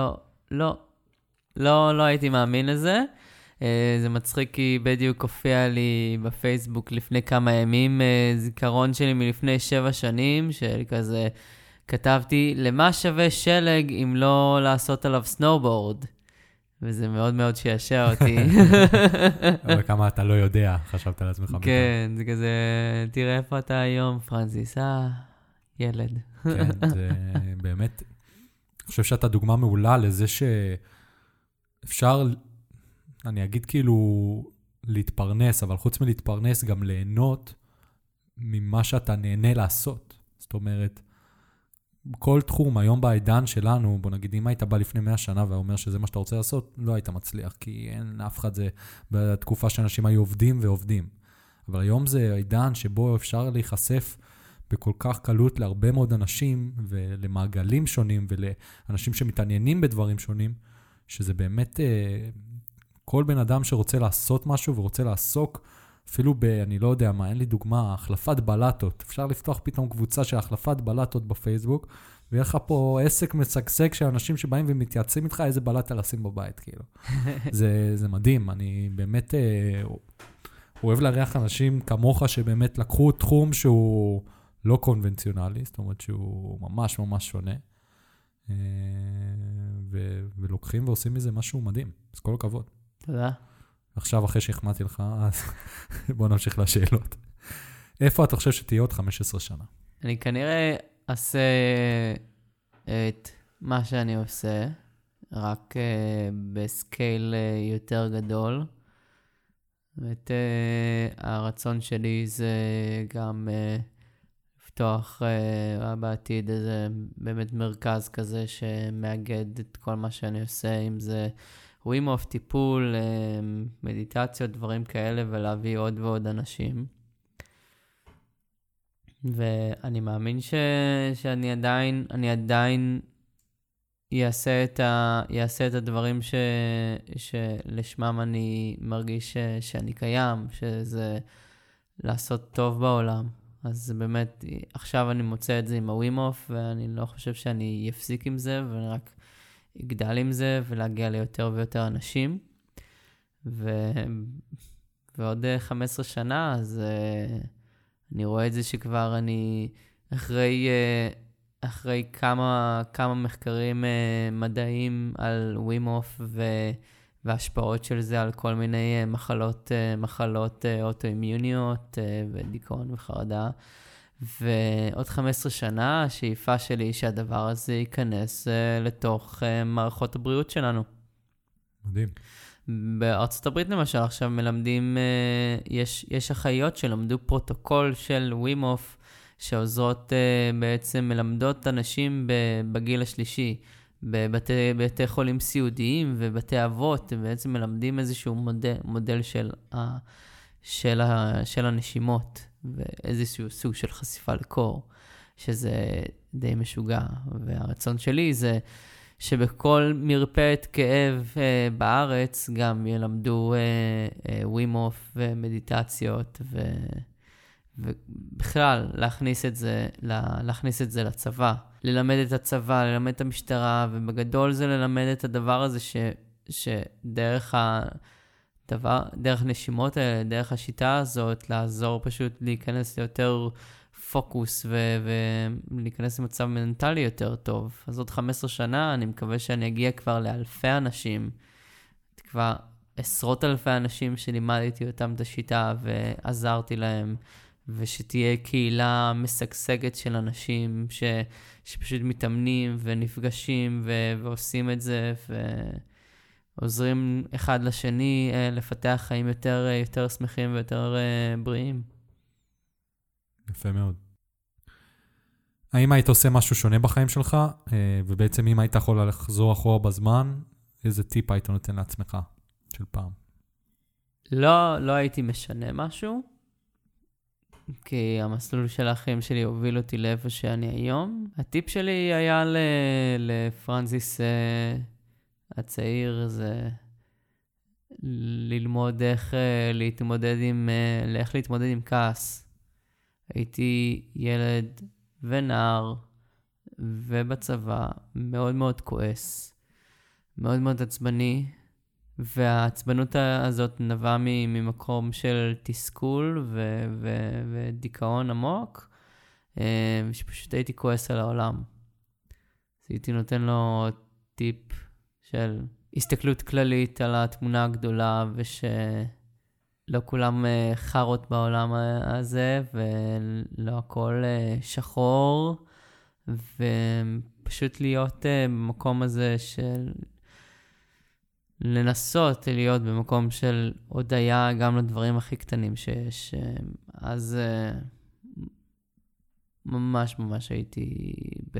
לא הייתי מאמין לזה. זה מצחיק כי בדיוק הופיע לי בפייסבוק לפני כמה ימים, זיכרון שלי מלפני 7 שנים, של כזה, כתבתי, למה שווה שלג אם לא לעשות עליו סנובורד? וזה מאוד מאוד שישע אותי. אבל כמה אתה לא יודע, חשבת על עצמך. כן, זה כזה, תראה איפה אתה היום, פרנסיס, ילד. כן, זה באמת, אני חושב שאתה דוגמה מעולה לזה שאפשר, אני אגיד כאילו להתפרנס, אבל חוץ מלהתפרנס גם ליהנות ממה שאתה נהנה לעשות. זאת אומרת, כל תחום, היום בעידן שלנו, בוא נגיד, אם היית בא לפני 100 שנה ואומר שזה מה שאתה רוצה לעשות, לא היית מצליח, כי אין אף אחד זה, בתקופה שאנשים היו עובדים ועובדים. אבל היום זה העידן שבו אפשר להיחשף בכל כך קלות להרבה מאוד אנשים, ולמעגלים שונים, ולאנשים שמתעניינים בדברים שונים, שזה באמת כל בן אדם שרוצה לעשות משהו ורוצה לעסוק, אפילו אני לא יודע מה, אין לי דוגמה, החלפת בלטות. אפשר לפתוח פתאום קבוצה של החלפת בלטות בפייסבוק, ויהיה לך פה עסק מצגסג של אנשים שבאים ומתייעצים איתך איזה בלטה לשים בבית, כאילו. זה מדהים, אני באמת אוהב להריח אנשים כמוך שבאמת לקחו תחום שהוא לא קונבנציונלי, זאת אומרת שהוא ממש ממש שונה, ולוקחים ועושים מזה משהו מדהים. אז כל הכבוד. תודה. עכשיו, אחרי שהחמאתי לך, אז בוא נמשיך לשאלות. איפה אתה חושב שתהיה עוד 15 שנה? אני כנראה אעשה את מה שאני עושה, רק בסקייל יותר גדול. באמת, הרצון שלי זה גם לפתוח בעתיד איזה באמת מרכז כזה שמאגד את כל מה שאני עושה, אם זה ווימוף, טיפול, מדיטציות, דברים כאלה, ולהביא עוד ועוד אנשים. ואני מאמין שאני עדיין יעשה את הדברים שלשמם אני מרגיש שאני קיים, שזה לעשות טוב בעולם. אז באמת, עכשיו אני מוצא את זה עם הווימוף, ואני לא חושב שאני אפסיק עם זה, ואני רק יגדל עם זה ולהגיע ליותר ויותר אנשים. ועוד 15 שנה, אז אני רואה את זה שכבר אני אחרי כמה מחקרים מדעיים על ווימוף וההשפעות של זה על כל מיני מחלות אוטואימיוניות ודיכאון וחרדה. ועוד 15 שנה, השאיפה שלי היא שהדבר הזה ייכנס לתוך מערכות הבריאות שלנו. מדהים. בארצות הברית למשל, עכשיו מלמדים, יש אחיות שלמדו פרוטוקול של ווימוף, שעוזרות בעצם מלמדות אנשים בגיל השלישי, בבתי חולים סיעודיים ובתי אבות, בעצם מלמדים איזשהו מודל של הנשימות, ואיזשהו סוג של חשיפה לקור, שזה די משוגע. והרצון שלי זה שבכל מרפאת כאב בארץ גם ילמדו ווימוף ומדיטציות, ובכלל להכניס את זה לצבא, ללמד את הצבא, ללמד את המשטרה, ובגדול זה ללמד את הדבר הזה שדרך דרך נשימות האלה, דרך השיטה הזאת, לעזור פשוט להיכנס ליותר פוקוס ולהיכנס למצב מנטלי יותר טוב. אז עוד 15 שנה אני מקווה שאני אגיע כבר לאלפי אנשים, כבר עשרות אלפי אנשים שלימדתי אותם את השיטה ועזרתי להם, ושתהיה קהילה משגשגת של אנשים שפשוט מתאמנים ונפגשים ועושים את זה ועוזרים אחד לשני לפתח חיים יותר שמחים ויותר בריאים. יפה מאוד. האם היית עושה משהו שונה בחיים שלך, ובעצם אם היית יכול לחזור אחורה בזמן, איזה טיפ היית נותן לעצמך של פעם? לא הייתי משנה משהו, כי המסלול של האחים שלי הוביל אותי לאיפה שאני היום. הטיפ שלי היה לפרנסיס הצעיר, זה ללמוד איך להתמודד עם כעס. הייתי ילד ונער ובצבא מאוד מאוד כועס, מאוד מאוד עצבני, והעצבנות הזאת נבעה ממקום של תסכול ודיכאון עמוק, שפשוט הייתי כועס על העולם. אז הייתי נותן לו טיפ של הסתכלות כללית על התמונה הגדולה, ושלא כולם חרות בעולם הזה, ולא הכל שחור, ופשוט להיות במקום הזה של לנסות להיות במקום של הודיה גם לדברים הכי קטנים שיש. אז ממש ממש הייתי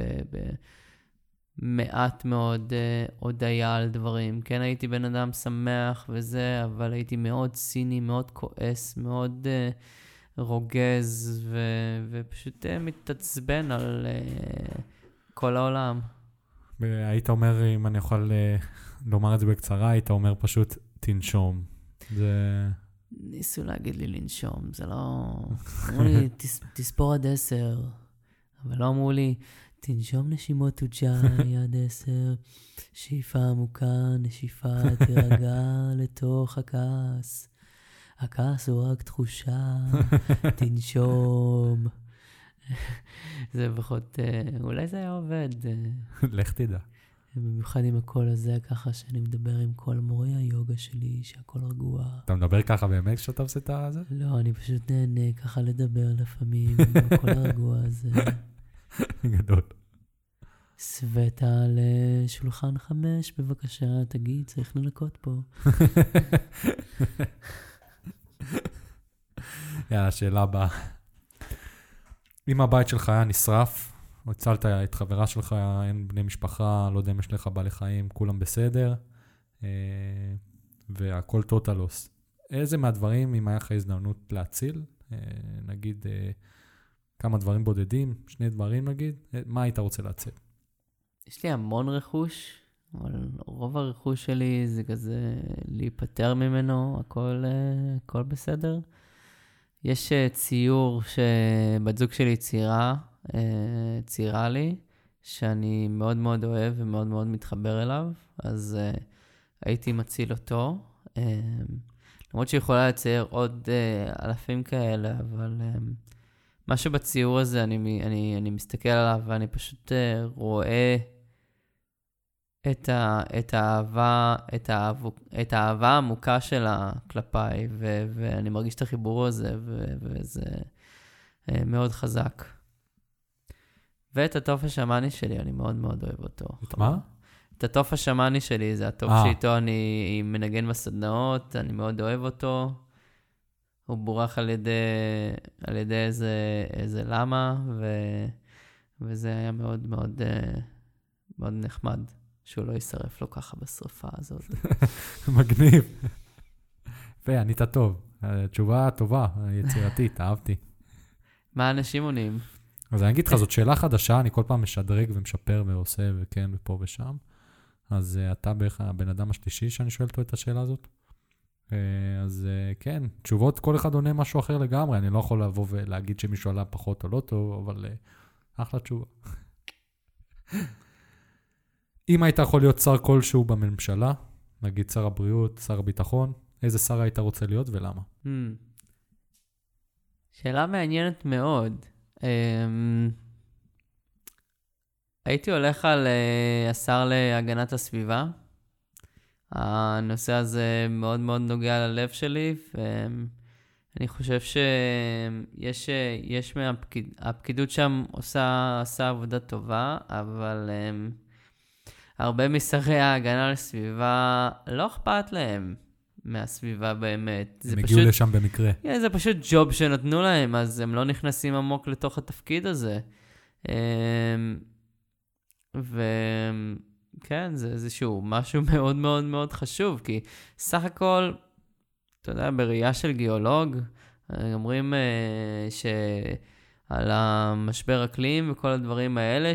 במעט מאוד הודיה על דברים. כן, הייתי בן אדם שמח וזה, אבל הייתי מאוד ציני, מאוד כועס, מאוד רוגז, ופשוט מתעצבן על כל העולם. היית אומר, אם אני יכול לומר את זה בקצרה, היית אומר פשוט תנשום. ניסו להגיד לי לנשום, זה לא... אמרו לי, תספור עד 10, אבל לא אמרו לי, תנשום נשימות תוג'אי עד 10, שאיפה עמוקה, נשיפה, תירגע לתוך הכעס. הכעס הוא רק תחושה, תנשום. זה פחות, אולי זה היה עובד. לך תדע. במיוחד עם הקול הזה, ככה שאני מדבר עם כל מורי היוגה שלי, שהכל רגוע. אתה מדבר ככה באמת כשאתה עושה את זה? לא, אני פשוט נהנה ככה לדבר לפעמים, עם הקול הרגוע הזה. גדול. סווטה לשולחן 5, בבקשה, תגיד, צריך לנקות פה. יאללה, שאלה הבאה. אם הבית שלך היה נשרף, או הצלת את חברה שלך, אין בני משפחה, לא יודע אם יש לך בעלי חיים, כולם בסדר, והכל טוטלוס. איזה מהדברים, אם היה לך הזדמנות להציל, נגיד כמה דברים בודדים, 2 דברים נגיד, מה היית רוצה להציל? יש לי המון רכוש, אבל רוב הרכוש שלי זה כזה להיפטר ממנו, הכל בסדר. יש ציור שבת זוג שלי ציירה לי, שאני מאוד מאוד אוהב ומאוד מאוד מתחבר אליו, אז הייתי מציל אותו. למרות שיכולה לצייר עוד אלפים כאלה, אבל משהו בציור הזה, אני מסתכל עליו ואני פשוט רואה את האהבה העמוקה שלה כלפיי, ואני מרגיש את החיבור הזה, וזה מאוד חזק. ואת הטוף השמאני שלי, אני מאוד מאוד אוהב אותו. את מה? את הטוף השמאני שלי, זה הטוף שאיתו אני מנגן בסדנאות, אני מאוד אוהב אותו. הוא בורח על ידי איזה למה, וזה היה מאוד מאוד מאוד נחמד. שהוא לא יישרף לו ככה בשריפה הזאת. מגניב. וענית טוב. תשובה טובה, יצירתית, אהבתי. מה אנשים עונים? אז אני אגיד לך, זאת שאלה חדשה, אני כל פעם משדרג ומשפר ועושה וכן ופה ושם. אז אתה בערך הבן אדם השלישי שאני שואל אותו את השאלה הזאת. אז כן, תשובות, כל אחד עונה משהו אחר לגמרי. אני לא יכול לבוא ולהגיד שמישהו עלה פחות או לא טוב, אבל אחלה תשובה. אם היית יכול להיות שר כלשהו בממשלה, נגיד שר הבריאות, שר הביטחון, איזה שר היית רוצה להיות ולמה? שאלה מעניינת מאוד. הייתי הולך על השר להגנת הסביבה. הנושא הזה מאוד מאוד נוגע ללב שלי, ואני חושב שיש הפקידות שם עושה עבודה טובה, אבל הרבה משרי ההגנה על הסביבה לא אכפת להם מהסביבה באמת. הם הגיעו לשם במקרה. זה פשוט ג'וב שנתנו להם, אז הם לא נכנסים עמוק לתוך התפקיד הזה. וכן, זה איזשהו משהו מאוד מאוד מאוד חשוב, כי סך הכל, אתה יודע, בראייה של גיאולוג, אומרים שעל המשבר אקלים וכל הדברים האלה,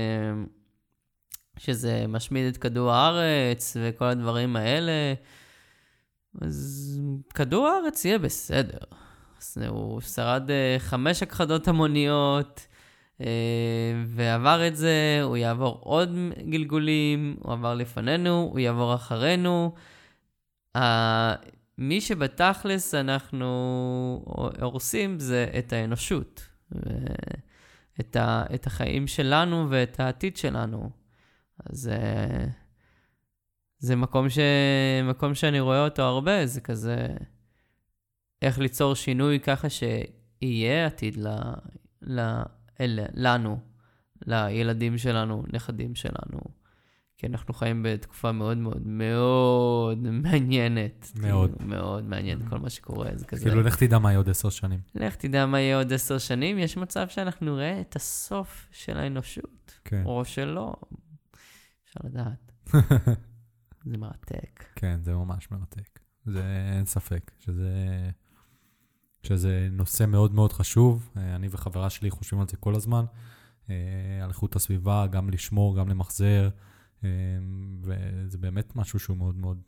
שזה משמיד את כדור הארץ וכל הדברים האלה, אז כדור הארץ יהיה בסדר. אז הוא שרד 5 הכחדות המוניות, ועבר את זה, הוא יעבור עוד גלגולים, הוא עבר לפנינו, הוא יעבור אחרינו. מי שבתכלס אנחנו הורסים זה את האנושות, את החיים שלנו ואת העתיד שלנו. אז זה מקום שאני רואה אותו הרבה, זה כזה איך ליצור שינוי ככה שיהיה עתיד לנו, לילדים שלנו, נכדים שלנו. כי אנחנו חיים בתקופה מאוד מאוד מאוד מעניינת. מאוד. מאוד מעניין כל מה שקורה. זה כזה. כאילו, לך תדע מה יהיה עוד 10 שנים. לך תדע מה יהיה עוד 10 שנים. יש מצב שאנחנו נראה את הסוף של האנושות. כן. או שלא. אפשר לדעת. זה מרתק. כן, זה ממש מרתק. זה אין ספק שזה נושא מאוד מאוד חשוב. אני וחברה שלי חושבים על זה כל הזמן. על איכות הסביבה, גם לשמור, גם למחזר. וזה באמת משהו שהוא מאוד מאוד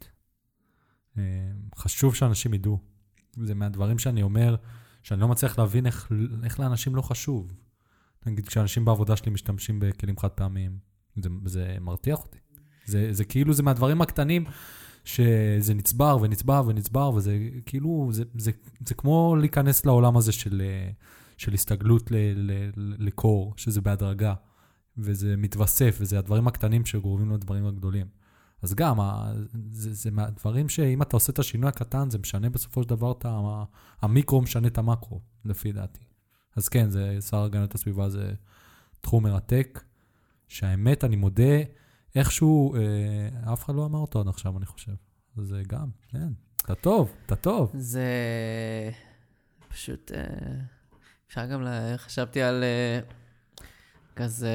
חשוב שאנשים ידעו. זה מהדברים שאני אומר, שאני לא מצליח להבין איך לאנשים לא חשוב. נגיד, כשאנשים בעבודה שלי משתמשים בכלים חד פעמיים, זה מרתיח אותי. זה כאילו, זה מהדברים הקטנים שזה נצבר ונצבר ונצבר, וזה כאילו, זה כמו להיכנס לעולם הזה של הסתגלות לקור, שזה בהדרגה. וזה מתווסף, וזה הדברים הקטנים שגורמים לדברים הגדולים. אז גם, זה מהדברים שאם אתה עושה את השינוי הקטן, זה משנה בסופו של דבר, המיקרו משנה את המקרו, לפי דעתי. אז כן, שר הגנת הסביבה זה תחום מרתק, שהאמת, אני מודה, איכשהו, אף אחד לא אמר אותו עד עכשיו, אני חושב. אז גם, כן, אתה טוב. זה פשוט, אפשר גם, חשבתי על כזה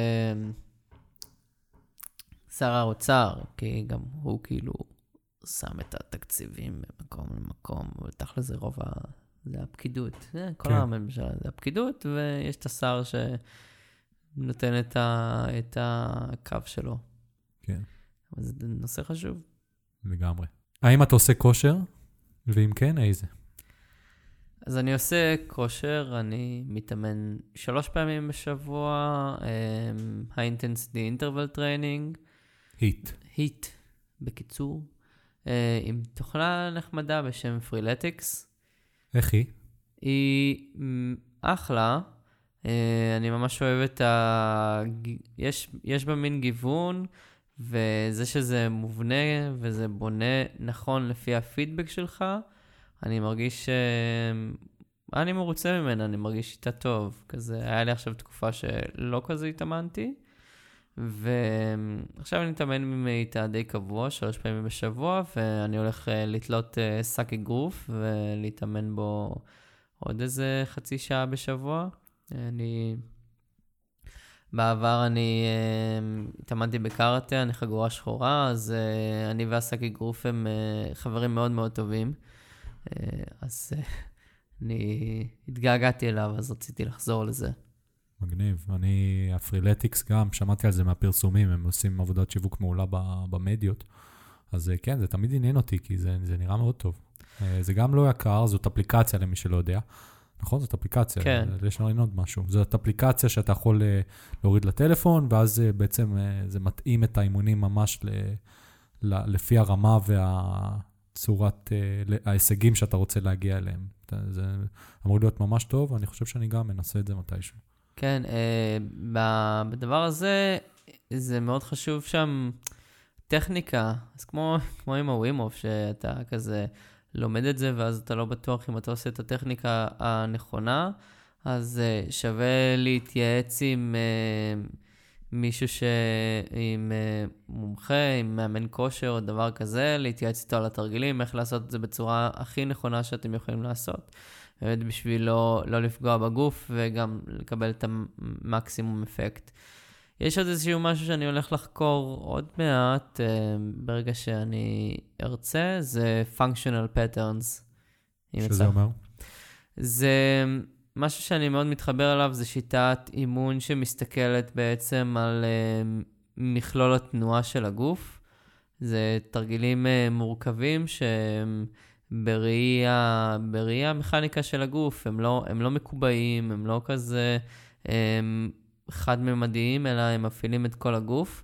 שר האוצר, כי גם הוא כאילו שם את התקציבים במקום למקום, ותכל'ס זה רוב זה הפקידות. כל הממשלה זה הפקידות, ויש את השר שנותן את הקו שלו. כן. אבל זה נושא חשוב. לגמרי. האם אתה עושה כושר? ואם כן, איזה? אז אני עושה כושר, אני מתאמן 3 פעמים בשבוע, high-intensity interval training. היט, בקיצור. עם תוכנה נחמדה בשם פרילטיקס. איך היא? היא אחלה. אני ממש אוהב יש בה מין גיוון, וזה שזה מובנה וזה בונה נכון לפי הפידבק שלך, אני מרגיש אני מרוצה ממנה, אני מרגיש איתה טוב. כזה, היה לי עכשיו תקופה שלא כזה התאמנתי, ועכשיו אני מתאמן איתה די קבוע, 3 פעמים בשבוע, ואני הולך לתלות שק אגרוף, ולהתאמן בו עוד איזה חצי שעה בשבוע. בעבר אני התאמנתי בקראטה, אני חגורה שחורה, אז אני והשק אגרוף הם חברים מאוד מאוד טובים. אז אני התגעגעתי אליו, אז רציתי לחזור לזה. מגניב. הפרילטיקס גם, שמעתי על זה מהפרסומים, הם עושים עבודת שיווק מעולה במדיות. אז כן, זה תמיד עניין אותי, כי זה נראה מאוד טוב. זה גם לא יקר, זאת אפליקציה למי שלא יודע. נכון? זאת אפליקציה. כן. יש לנו עוד משהו. זאת אפליקציה שאתה יכול להוריד לטלפון, ואז בעצם זה מתאים את האימונים ממש לפי הרמה צורת ההישגים שאתה רוצה להגיע אליהם. זה אמור להיות ממש טוב, ואני חושב שאני גם מנסה את זה מתישהו. כן, בדבר הזה, זה מאוד חשוב שם טכניקה. אז כמו עם הווימוף, שאתה כזה לומד את זה, ואז אתה לא בטוח אם אתה עושה את הטכניקה הנכונה, אז שווה להתייעץ עם מישהו עם מומחה, עם מאמן כושר או דבר כזה, להתייעץ איתו על התרגילים, איך לעשות את זה בצורה הכי נכונה שאתם יכולים לעשות. בשביל לא לפגוע בגוף וגם לקבל את המקסימום אפקט. יש עוד איזשהו משהו שאני הולך לחקור עוד מעט, ברגע שאני ארצה, זה functional patterns. שזה אומר? זה משהו שאני מאוד מתחבר אליו, זה שיטת אימון שמסתכלת בעצם על מכלול התנועה של הגוף. זה תרגילים מורכבים בראי המכניקה של הגוף, הם לא מקובעים, הם לא כזה חד-ממדיים, אלא הם מפעילים את כל הגוף.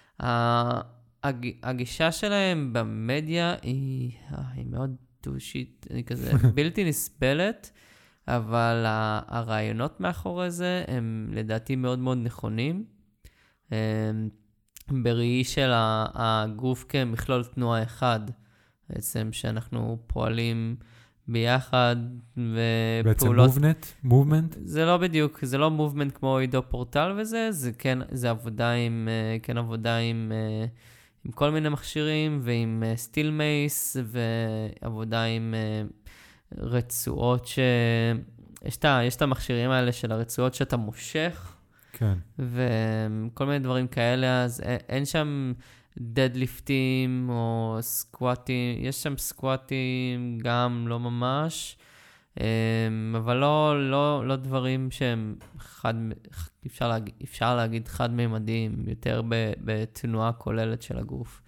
הגישה שלהם במדיה היא מאוד דושית, היא כזה בלתי נסבלת, אבל הרעיונות מאחורי זה הם לדעתי מאוד מאוד נכונים. בראי של הגוף כמכלול תנועה אחד, בעצם שאנחנו פועלים ביחד ופעולות... בעצם מובמנט? זה לא בדיוק, זה לא מובמנט כמו עידו פורטל וזה, זה עבודה עם כל מיני מכשירים ועם סטיל מייס ועבודה עם רצועות יש את המכשירים האלה של הרצועות שאתה מושך, כן. וכל מיני דברים כאלה, אז אין שם דדליפטים או סקואטים, יש שם סקואטים גם לא ממש, אבל לא דברים שהם אפשר להגיד חד-ממדיים, יותר בתנועה כוללת של הגוף.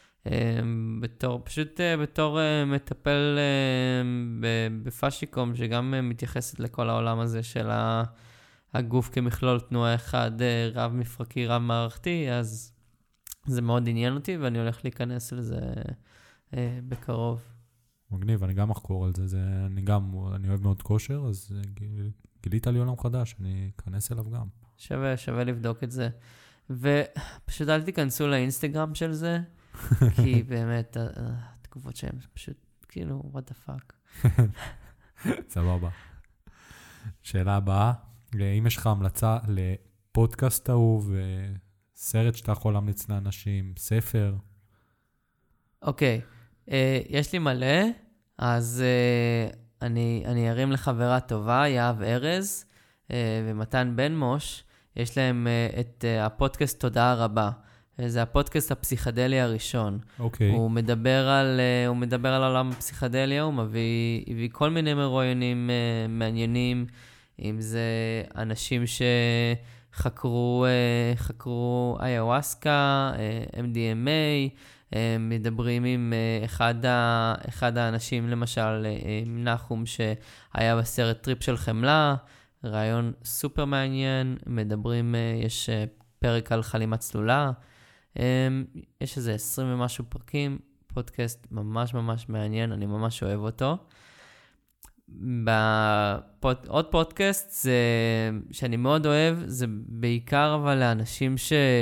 בתור מטפל בפאשיקום, שגם מתייחסת לכל העולם הזה של הגוף כמכלול תנועה אחד, רב מפרקי, רב מערכתי, אז זה מאוד עניין אותי, ואני הולך להיכנס לזה בקרוב. מגניב, אני גם אחקור על זה, אני אוהב מאוד כושר, אז גילית לי עולם חדש, אני אכנס אליו גם. שווה לבדוק את זה. ופשוט אל תיכנסו לאינסטגרם של זה, כי באמת, התגובות שהן פשוט, כאילו, what the fuck. סבבה. שאלה הבאה, אם יש לך המלצה לפודקאסט אהוב, סרט שאתה יכול להמליץ לאנשים, ספר? אוקיי, יש לי מלא, אז אני ארים לחברה טובה, יהב ארז ומתן בן מוש, יש להם את הפודקאסט תודעה רבה. זה הפודקאסט הפסיכדלי הראשון. אוקיי. הוא מדבר על עולם הפסיכדליה, הוא מביא כל מיני מרואיינים מעניינים, אם זה אנשים שחקרו איוואסקה, MDMA, מדברים עם אחד האנשים, למשל, נחום, שהיה בסרט טריפ של חמלה, רעיון סופר מעניין, מדברים, יש פרק על חלימה צלולה, יש איזה 20 ומשהו פרקים, פודקאסט ממש ממש מעניין, אני ממש אוהב אותו. עוד פודקאסט שאני מאוד אוהב, זה בעיקר אבל לאנשים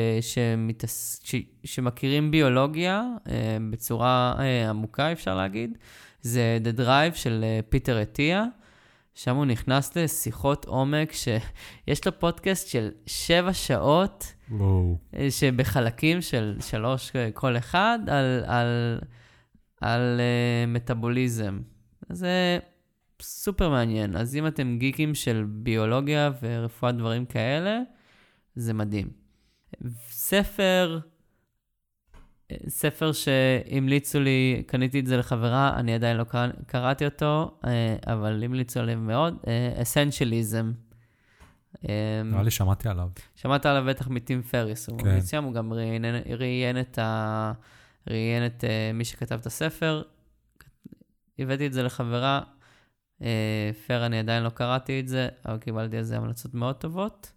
שמכירים ביולוגיה בצורה עמוקה, אפשר להגיד. זה The Drive של פיטר אטיה, שם הוא נכנס לשיחות עומק, שיש לו פודקאסט של 7 שעות, שבחלקים של 3 כל אחד, על מטאבוליזם. זה סופר מעניין. אז אם אתם גיקים של ביולוגיה ורפואת דברים כאלה, זה מדהים. ספר שהמליצו לי, קניתי את זה לחברה, אני עדיין לא קראתי אותו, אבל המליצו עליו מאוד, אסנשליזם. נראה לי שמעתי עליו. שמעת עליו בטח מטים פריס, הוא ממליץ שם, הוא גם ראיין את מי שכתב את הספר, הבאתי את זה לחברה, פר, אני עדיין לא קראתי את זה, אבל קיבלתי על זה המלצות מאוד טובות.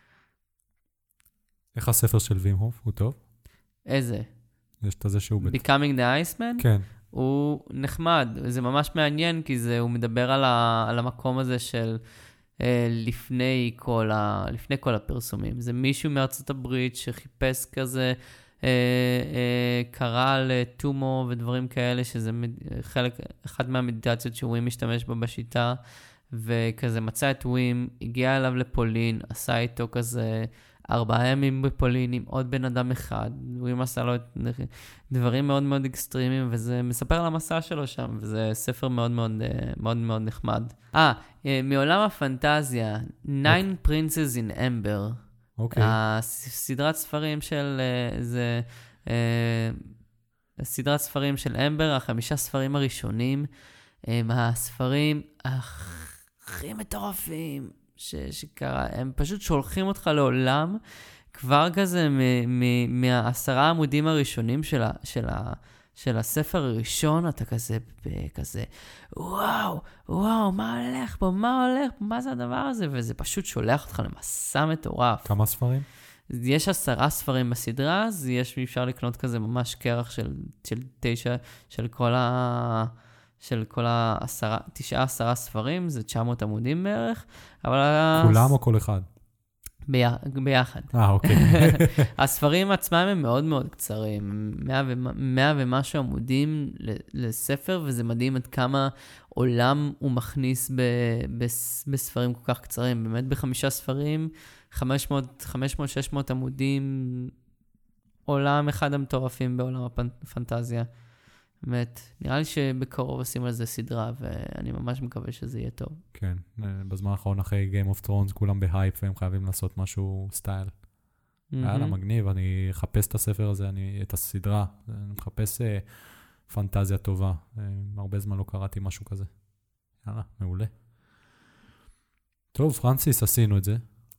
איך הספר של וים הוף? הוא טוב? איזה? יש את זה שהוא... Becoming the Iceman? כן. הוא נחמד, זה ממש מעניין, כי הוא מדבר על המקום הזה של לפני כל הפרסומים. זה מישהו מארצות הברית שחיפש כזה, קרא לטומו ודברים כאלה, שזה אחד מהמדיטציות שווים משתמש בה בשיטה, וכזה מצא את ווים, הגיע אליו לפולין, עשה איתו כזה 4 ימים בפולין עם עוד בן אדם אחד, ווים עשה לו דברים מאוד מאוד אקסטרימיים, וזה מספר על המסע שלו שם, וזה ספר מאוד מאוד מאוד מאוד נחמד. מעולם הפנטזיה, 9 Princes in Amber. אוקיי. הסדרת ספרים של סדרת ספרים של אמבר, 5 ספרים הראשונים, הם הספרים הכי מטורפים שקרה, הם פשוט שולחים אותך לעולם, כבר כזה מה10 עמודים הראשונים של הספר הראשון, אתה כזה, וואו, מה הולך פה, מה זה הדבר הזה? וזה פשוט שולח אותך למסע מטורף. כמה ספרים? יש 10 ספרים בסדרה, אז אפשר לקנות כזה ממש קרח של 9, של כל 9-10 ספרים, זה 900 עמודים בערך. כולם או כל אחד? ביחד. אוקיי. הספרים עצמם הם מאוד מאוד קצרים, 100 ומשהו עמודים לספר, וזה מדהים עד כמה עולם הוא מכניס בספרים כל כך קצרים. באמת ב5 ספרים, 500-600 עמודים, עולם אחד המטורפים בעולם הפנטזיה. באמת, נראה לי שבקרוב עושים על זה סדרה, ואני ממש מקווה שזה יהיה טוב. כן, בזמן האחרון אחרי Game of Thrones, כולם בהייפ, והם חייבים לעשות משהו סטייל. יאללה, מגניב, אני אחפש את הספר הזה, את הסדרה, אני מחפש פנטזיה טובה. הרבה זמן לא קראתי משהו כזה. יאללה, מעולה. טוב, פרנסיס, עשינו את זה.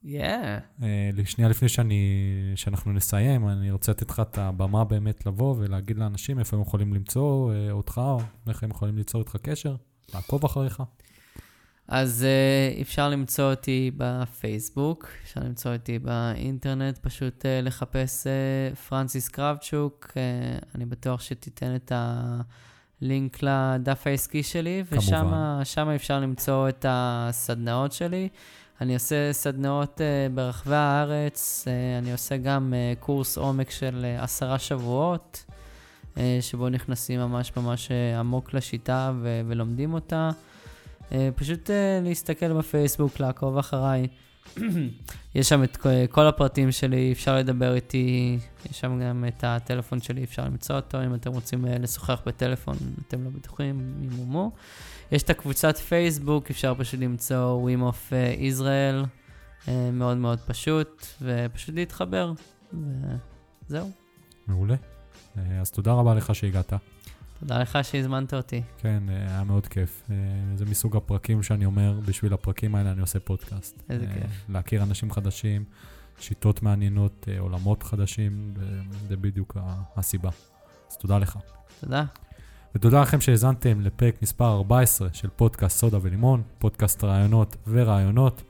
שנייה לפני שאנחנו נסיים, אני רוצה לתת לך את הבמה באמת לבוא ולהגיד לאנשים איפה הם יכולים למצוא אותך, או איך הם יכולים ליצור איתך קשר, לעקוב אחריך. אז אפשר למצוא אותי בפייסבוק, אפשר למצוא אותי באינטרנט, פשוט לחפש פרנסיס קרבצ'וק, אני בטוח שתיתן את הלינק לדף העסקי שלי, ושם אפשר למצוא את הסדנאות שלי. אני עושה סדנאות ברחבי הארץ, אני עושה גם קורס עומק של 10 שבועות, שבו נכנסים ממש עמוק לשיטה ולומדים אותה. פשוט להסתכל בפייסבוק, לעקוב אחריי. יש שם את כל הפרטים שלי, אפשר לדבר איתי, יש שם גם את הטלפון שלי, אפשר למצוא אותו, אם אתם רוצים לשוחח בטלפון, אתם לא בטוחים, מימומו. יש את הקבוצת פייסבוק, אפשר פשוט למצוא Wim of Israel, מאוד מאוד פשוט, ופשוט להתחבר, וזהו. מעולה. אז תודה רבה לך שהגעת. תודה לך שהזמנת אותי. כן, היה מאוד כיף. זה מסוג הפרקים שאני אומר, בשביל הפרקים האלה אני עושה פודקאסט. איזה כיף. להכיר אנשים חדשים, שיטות מעניינות, עולמות חדשים, זה בדיוק הסיבה. אז תודה לך. תודה. ותודה לכם שהזנתם לפרק מספר 14 של פודקאסט סודה ולימון, פודקאסט רעיונות ורעיונות.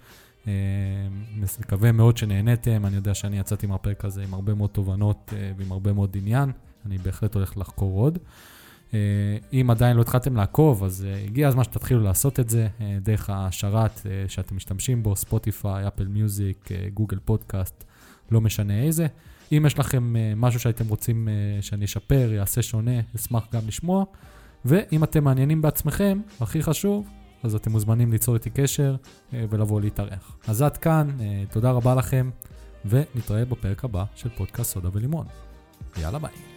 מקווה מאוד שנהנתם, אני יודע שאני יצאתי מהפרק הזה עם הרבה מאוד תובנות ועם הרבה מאוד עניין, אני בהחלט הולך לחקור עוד. אם עדיין לא התחלתם לעקוב, אז הגיע הזמן שתתחילו לעשות את זה, דרך השרת שאתם משתמשים בו, ספוטיפיי, אפל מיוזיק, גוגל פודקאסט, לא משנה איזה. אם יש לכם משהו שהייתם רוצים שאני אשפר, יעשה שונה, אשמח גם לשמוע. ואם אתם מעניינים בעצמכם, הכי חשוב, אז אתם מוזמנים ליצור איתי קשר ולבוא להתארח. אז עד כאן, תודה רבה לכם, ונתראה בפרק הבא של פודקאסט סודה ולימון. יאללה ביי.